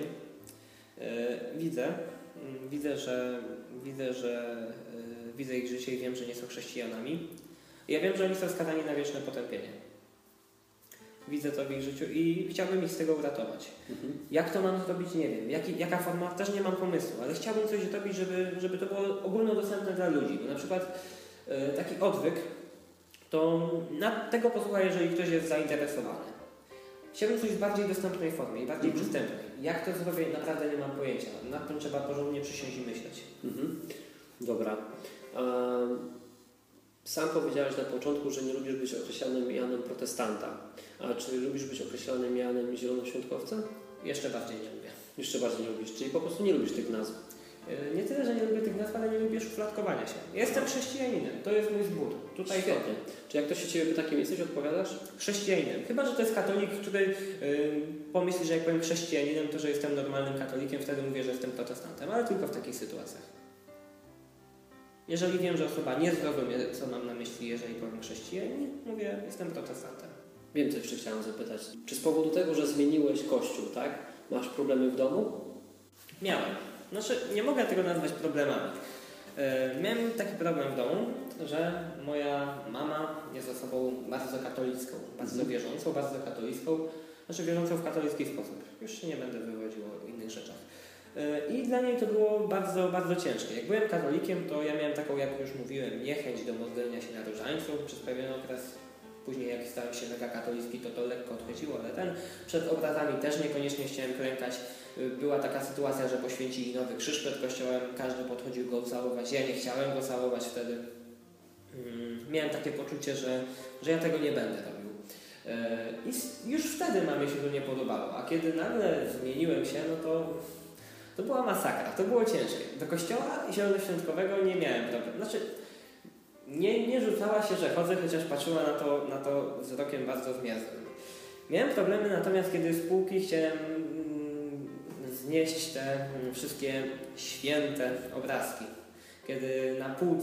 widzę ich życie i wiem, że nie są chrześcijanami. Ja wiem, że oni są skazani na wieczne potępienie. Widzę to w ich życiu i chciałbym ich z tego uratować. Jak to mam zrobić, nie wiem. Jaka forma, też nie mam pomysłu, ale chciałbym coś zrobić, żeby to było ogólnodostępne dla ludzi. Bo na przykład taki odwyk, to tego posłucha, jeżeli ktoś jest zainteresowany. Chciałbym coś w bardziej dostępnej formie i bardziej przystępnej. Jak to zrobię, naprawdę nie mam pojęcia. Nad tym trzeba porządnie przysiąść i myśleć. Dobra. Sam powiedziałeś na początku, że nie lubisz być określanym mianem protestanta. A czy lubisz być określanym mianem zielonoświątkowca? Jeszcze bardziej nie lubię. Jeszcze bardziej nie lubisz, czyli po prostu nie lubisz tych nazw. Nie tyle, że nie lubię tych nazw, ale nie lubię szufladkowania się. Jestem chrześcijaninem, to jest mój zbór. Tutaj świetnie. Czy jak ktoś się Ciebie pyta, kim jesteś, odpowiadasz? Chrześcijaninem. Chyba że to jest katolik, który pomyśli, że jak powiem chrześcijaninem, to że jestem normalnym katolikiem, wtedy mówię, że jestem protestantem, ale tylko w takich sytuacjach. Jeżeli wiem, że osoba nie zrozumie, co mam na myśli, jeżeli powiem chrześcijanin, mówię, jestem protestantem. Wiem, co jeszcze chciałem zapytać. Czy z powodu tego, że zmieniłeś kościół, tak? Masz problemy w domu? Miałem. Znaczy, nie mogę tego nazwać problemami. Miałem taki problem w domu, że moja mama jest osobą bardzo katolicką, bardzo wierzącą, bardzo katolicką, znaczy wierzącą w katolicki sposób. Już się nie będę wywodził o innych rzeczach. I dla niej to było bardzo, bardzo ciężkie. Jak byłem katolikiem, to ja miałem taką, jak już mówiłem, niechęć do modlenia się na różańcu przez pewien okres. Później jak stałem się mega katolicki, to lekko odchodziło, ale przed obrazami też niekoniecznie chciałem klękać. Była taka sytuacja, że poświęcili nowy krzyż przed kościołem, każdy podchodził go całować. Ja nie chciałem go całować wtedy. Miałem takie poczucie, że ja tego nie będę robił. I już wtedy mamie się to nie podobało, a kiedy nagle zmieniłem się, no to była masakra, to było ciężkie. Do kościoła zielonoświątkowego nie miałem problemu. Znaczy, nie rzucała się, że chodzę, chociaż patrzyła na to wzrokiem bardzo zmierzchłym. Miałem problemy natomiast, kiedy z półki chciałem znieść te wszystkie święte obrazki. Kiedy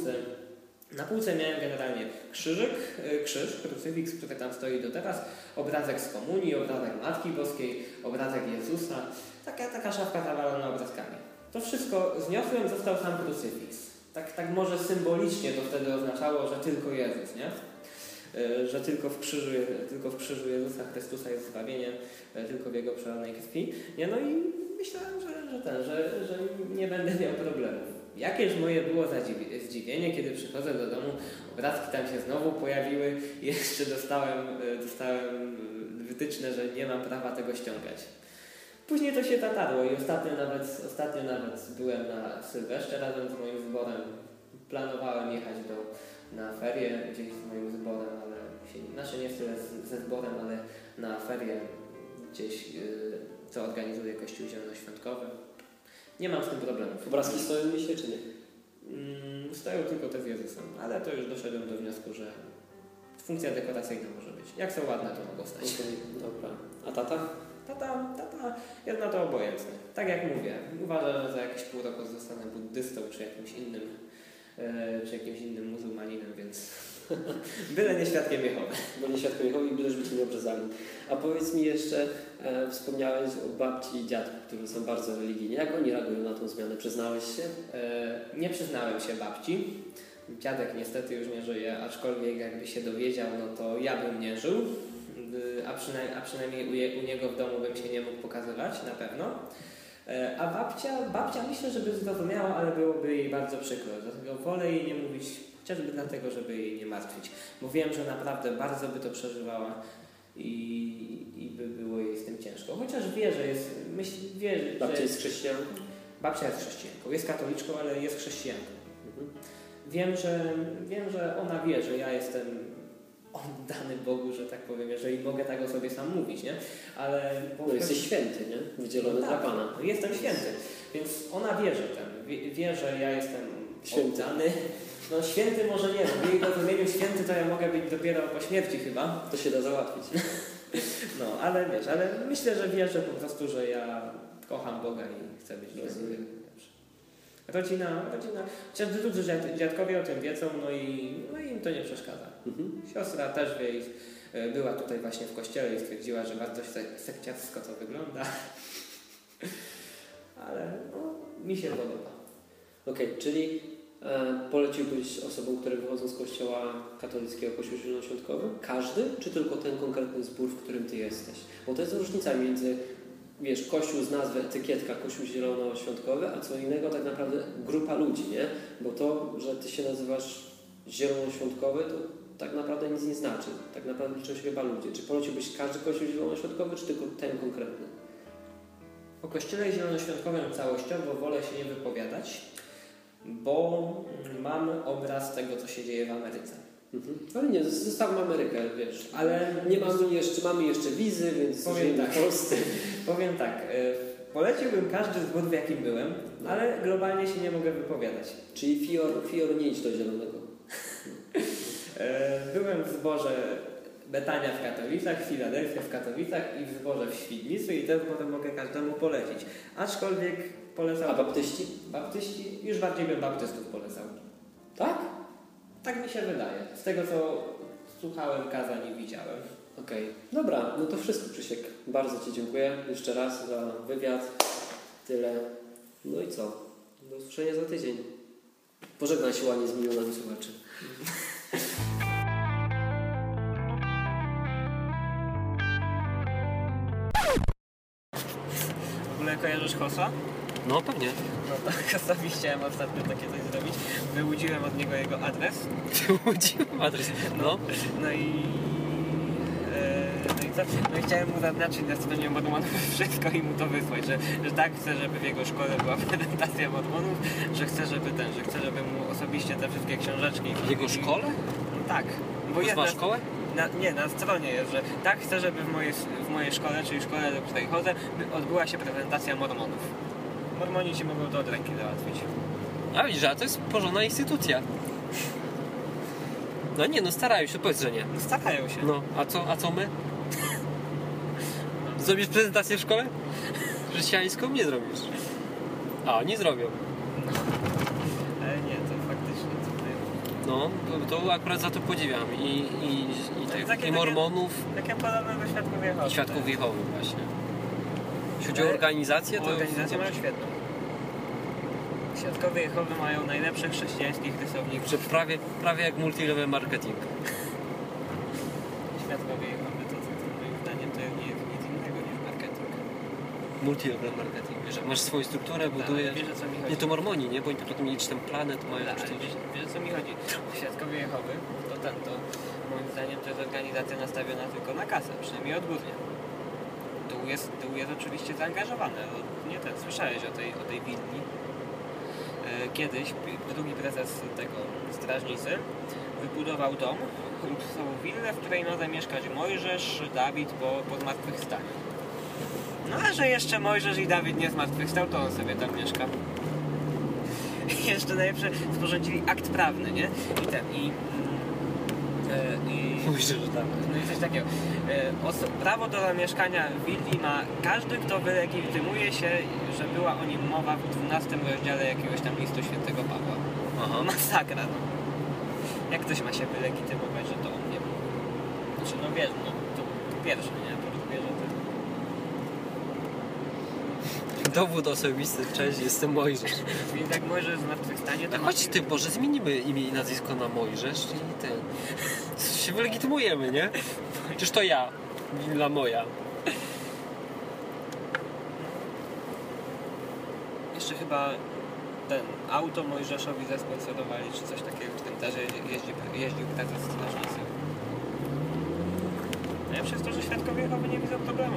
na półce miałem generalnie krzyż, krucyfiks, który tam stoi do teraz, obrazek z komunii, obrazek Matki Boskiej, obrazek Jezusa, taka szafka zawalona obrazkami. To wszystko zniosłem, został sam krucyfiks. Tak może symbolicznie to wtedy oznaczało, że tylko Jezus, nie? Że tylko w krzyżu Jezusa Chrystusa jest zbawienie, tylko w Jego przelanej krwi. Nie? No i myślałem, że nie będę miał problemu. Jakież moje było zdziwienie, kiedy przychodzę do domu, obrazki tam się znowu pojawiły i jeszcze dostałem wytyczne, że nie mam prawa tego ściągać. Później to się tatarło i ostatnio nawet byłem na Sylwestrze razem z moim zborem. Planowałem jechać na ferie gdzieś z moim zborem, ale nie tyle ze zborem, ale na ferie gdzieś, co organizuje Kościół Zielonoświątkowy. Nie mam z tym problemów. Obrazki stoją dzisiaj, czy nie? Stoją tylko te z Jezusem, ale to już doszedłem do wniosku, że funkcja dekoracyjna może być. Jak są ładne, to mogą stać. Okay, dobra. A tata? Tata jest na to obojętny. Tak jak mówię, uważa, że za jakieś pół roku zostanę buddystą czy jakimś innym muzułmaninem, więc byle nie świadkiem Jehowy. Bo nie świadkiem Jehowy i będziesz być nieobrzezany. A powiedz mi jeszcze, wspomniałeś o babci i dziadku, którzy są bardzo religijni. Jak oni reagują na tą zmianę? Przyznałeś się? Nie przyznałem się babci. Dziadek niestety już nie żyje, aczkolwiek jakby się dowiedział, no to ja bym nie żył. A przynajmniej u niego w domu bym się nie mógł pokazywać, na pewno. A babcia myślę, że by zrozumiała, ale byłoby jej bardzo przykro. Dlatego wolę jej nie mówić, chociażby dlatego, żeby jej nie martwić. Bo wiem, że naprawdę bardzo by to przeżywała i by było jej z tym ciężko. Chociaż wie, że jest... Babcia jest chrześcijanką? Babcia jest chrześcijanką. Jest katoliczką, ale jest chrześcijanką. Wiem, że ona wie, że ja jestem oddany Bogu, że tak powiem, jeżeli mogę tak o sobie sam mówić, nie? Ale... No jesteś święty, nie? Wydzielony dla Pana. No, jestem święty, więc ona wie, że ja jestem oddany. No święty może nie, w jej rozumieniu święty to ja mogę być dopiero po śmierci chyba. To się da załatwić. No, ale wiesz, ale myślę, że wie, że po prostu, że ja kocham Boga i chcę być dla niego. Rodzina, chociaż drudzy dziadkowie o tym wiedzą, no i im to nie przeszkadza. Siostra też wie, była tutaj właśnie w kościele i stwierdziła, że bardzo sekciarsko to wygląda. Ale no, mi się podoba. Okej, czyli poleciłbyś osobom, które wychodzą z kościoła katolickiego, kościół zielonoświątkowy? Każdy, czy tylko ten konkretny zbór, w którym ty jesteś? Bo to jest różnica między, wiesz, kościół z nazwy etykietka, kościół zielonoświątkowy, a co innego tak naprawdę grupa ludzi, nie? Bo to, że ty się nazywasz zielonoświątkowy, to tak naprawdę nic nie znaczy. Tak naprawdę liczą się chyba ludzie. Czy poleciłbyś każdy kościół zielonoświątkowy, czy tylko ten konkretny? O kościele zielonoświątkowym całościowo wolę się nie wypowiadać, bo mam obraz tego, co się dzieje w Ameryce. Ale nie, zostawmy Amerykę, wiesz. Ale nie mamy jeszcze wizy, więc powiem tak. w Polsce. Powiem tak, poleciłbym każdy zbór, w jakim byłem, ale globalnie się nie mogę wypowiadać. Czyli Fior nie idź do zielonego. Byłem w zborze Betania w Katowicach, Filadelfia w Katowicach i w zborze w Świdnicy i te zbory mogę każdemu polecić. Aczkolwiek polecam... A baptyści? Baptyści? Już bardziej bym baptystów polecał. Tak? Tak mi się wydaje. Z tego, co słuchałem kazań i widziałem. Okej. Dobra, no to wszystko, Krzysiek. Bardzo ci dziękuję jeszcze raz za wywiad. Tyle. No i co? Do usłyszenia za tydzień. Pożegnaj się ładnie z milionami słuchaczy. W ogóle kojarzysz Hossa? No pewnie. No to Hossowi chciałem ostatnio takie coś zrobić. Wyłudziłem od niego jego adres. Wyłudziłem adres? No. No i co? No i chciałem mu zaznaczyć na stronie Mormonów wszystko i mu to wysłać, że tak chcę, żeby w jego szkole była prezentacja Mormonów, że chcę, żeby mu osobiście te wszystkie książeczki... W jego szkole? No tak. Bo jest ma szkołę? Na stronie jest, że tak chcę, żeby w mojej szkole, czyli szkole, do której chodzę, odbyła się prezentacja Mormonów. Mormoni ci mogą to od ręki załatwić. A widzisz, a to jest porządna instytucja. No nie, no starają się, powiedz, że nie. No starają się. No, a co my? Zrobisz prezentację w szkole? Chrześcijańską? Nie zrobisz. A, nie zrobią. No. Ale nie, to faktycznie no, to akurat za to podziwiam. I Mormonów. Takie podobne do Świadków Jehowy. Świadków Jehowy właśnie. Jeśli chodzi o organizację, to... Organizację mają świetną. Świadkowie Jehowy mają najlepszych chrześcijańskich rysowników. Prawie jak multilevel marketing. Świadkowie Jehowy to moim zdaniem to nie jest nic innego niż marketing. Multilevel marketing. Wiesz, masz swoją strukturę, budujesz... Wiesz, o co mi chodzi. Nie, to Mormoni, nie? Bo oni potem mieli ten planet, mają... Wiesz, o co mi chodzi. Świadkowie Jehowy to moim zdaniem to jest organizacja nastawiona tylko na kasę, przynajmniej odgórnie. Dół jest oczywiście zaangażowany. Nie ten, słyszałeś o tej willi. Kiedyś drugi prezes tego strażnicy wybudował dom, całą willę, w której ma zamieszkać Mojżesz, Dawid po zmartwychwstaniu. No a że jeszcze Mojżesz i Dawid nie zmartwychwstał, to on sobie tam mieszka. I jeszcze najlepsze, sporządzili akt prawny, nie? Myślę, że tak. No i coś takiego. Prawo do zamieszkania w willi ma każdy, kto wylegitymuje się, że była o nim mowa w 12 rozdziale jakiegoś tam listu świętego Pawła. Aha. Masakra, no. Jak ktoś ma się wylegitymować, że to on nie był? Znaczy, no wiesz, no to pierwsze, nie? Po drugie, że to... Dowód osobisty, cześć, jestem Mojżesz. Więc jak Mojżesz zmartwychwstanie, to... Chodź ty, Boże, zmienimy imię i nazwisko na Mojżesz i ten... się wylegitymujemy, nie? Przecież to ja, willa moja. Jeszcze chyba ten auto Mojżeszowi zasponsorowali, czy coś takiego w tym też jeździł prezes strażnicy. Najlepsze jest to, że świadkowie Jehowy nie widzą problemu.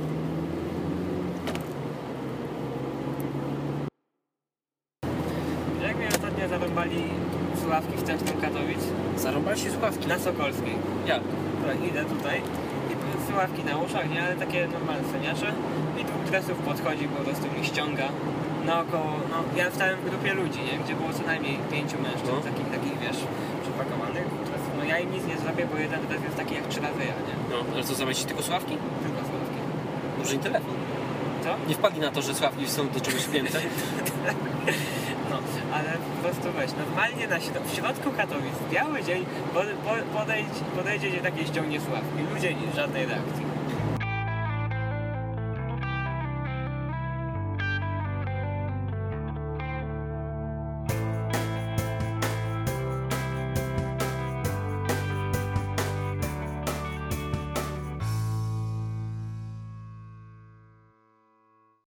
Jak mnie ostatnio zarąbali słuchawki w centrum Katowic? Zarąbali się słuchawki. Na Sokolskiej. Jak? Tak, idę tutaj i słuchawki na uszach, nie? Ale takie normalne seniacze i dwóch dresów podchodzi, po prostu mnie ściąga naokoło, no ja stałem w grupie ludzi, nie? Gdzie było co najmniej 5 mężczyzn, takich wiesz, przypakowanych. No ja im nic nie zrobię, bo jeden dres jest taki jak 3 razy ja, nie? No, ale co, zamiast tylko słuchawki? Tylko słuchawki. Może i telefon. Co? Nie wpadli na to, że słuchawki są do czegoś spięte. No, ale po prostu weź, normalnie w środku Katowic, biały dzień, podejdzie i takie ściągnie słuchawki. Ludzie, żadnej reakcji.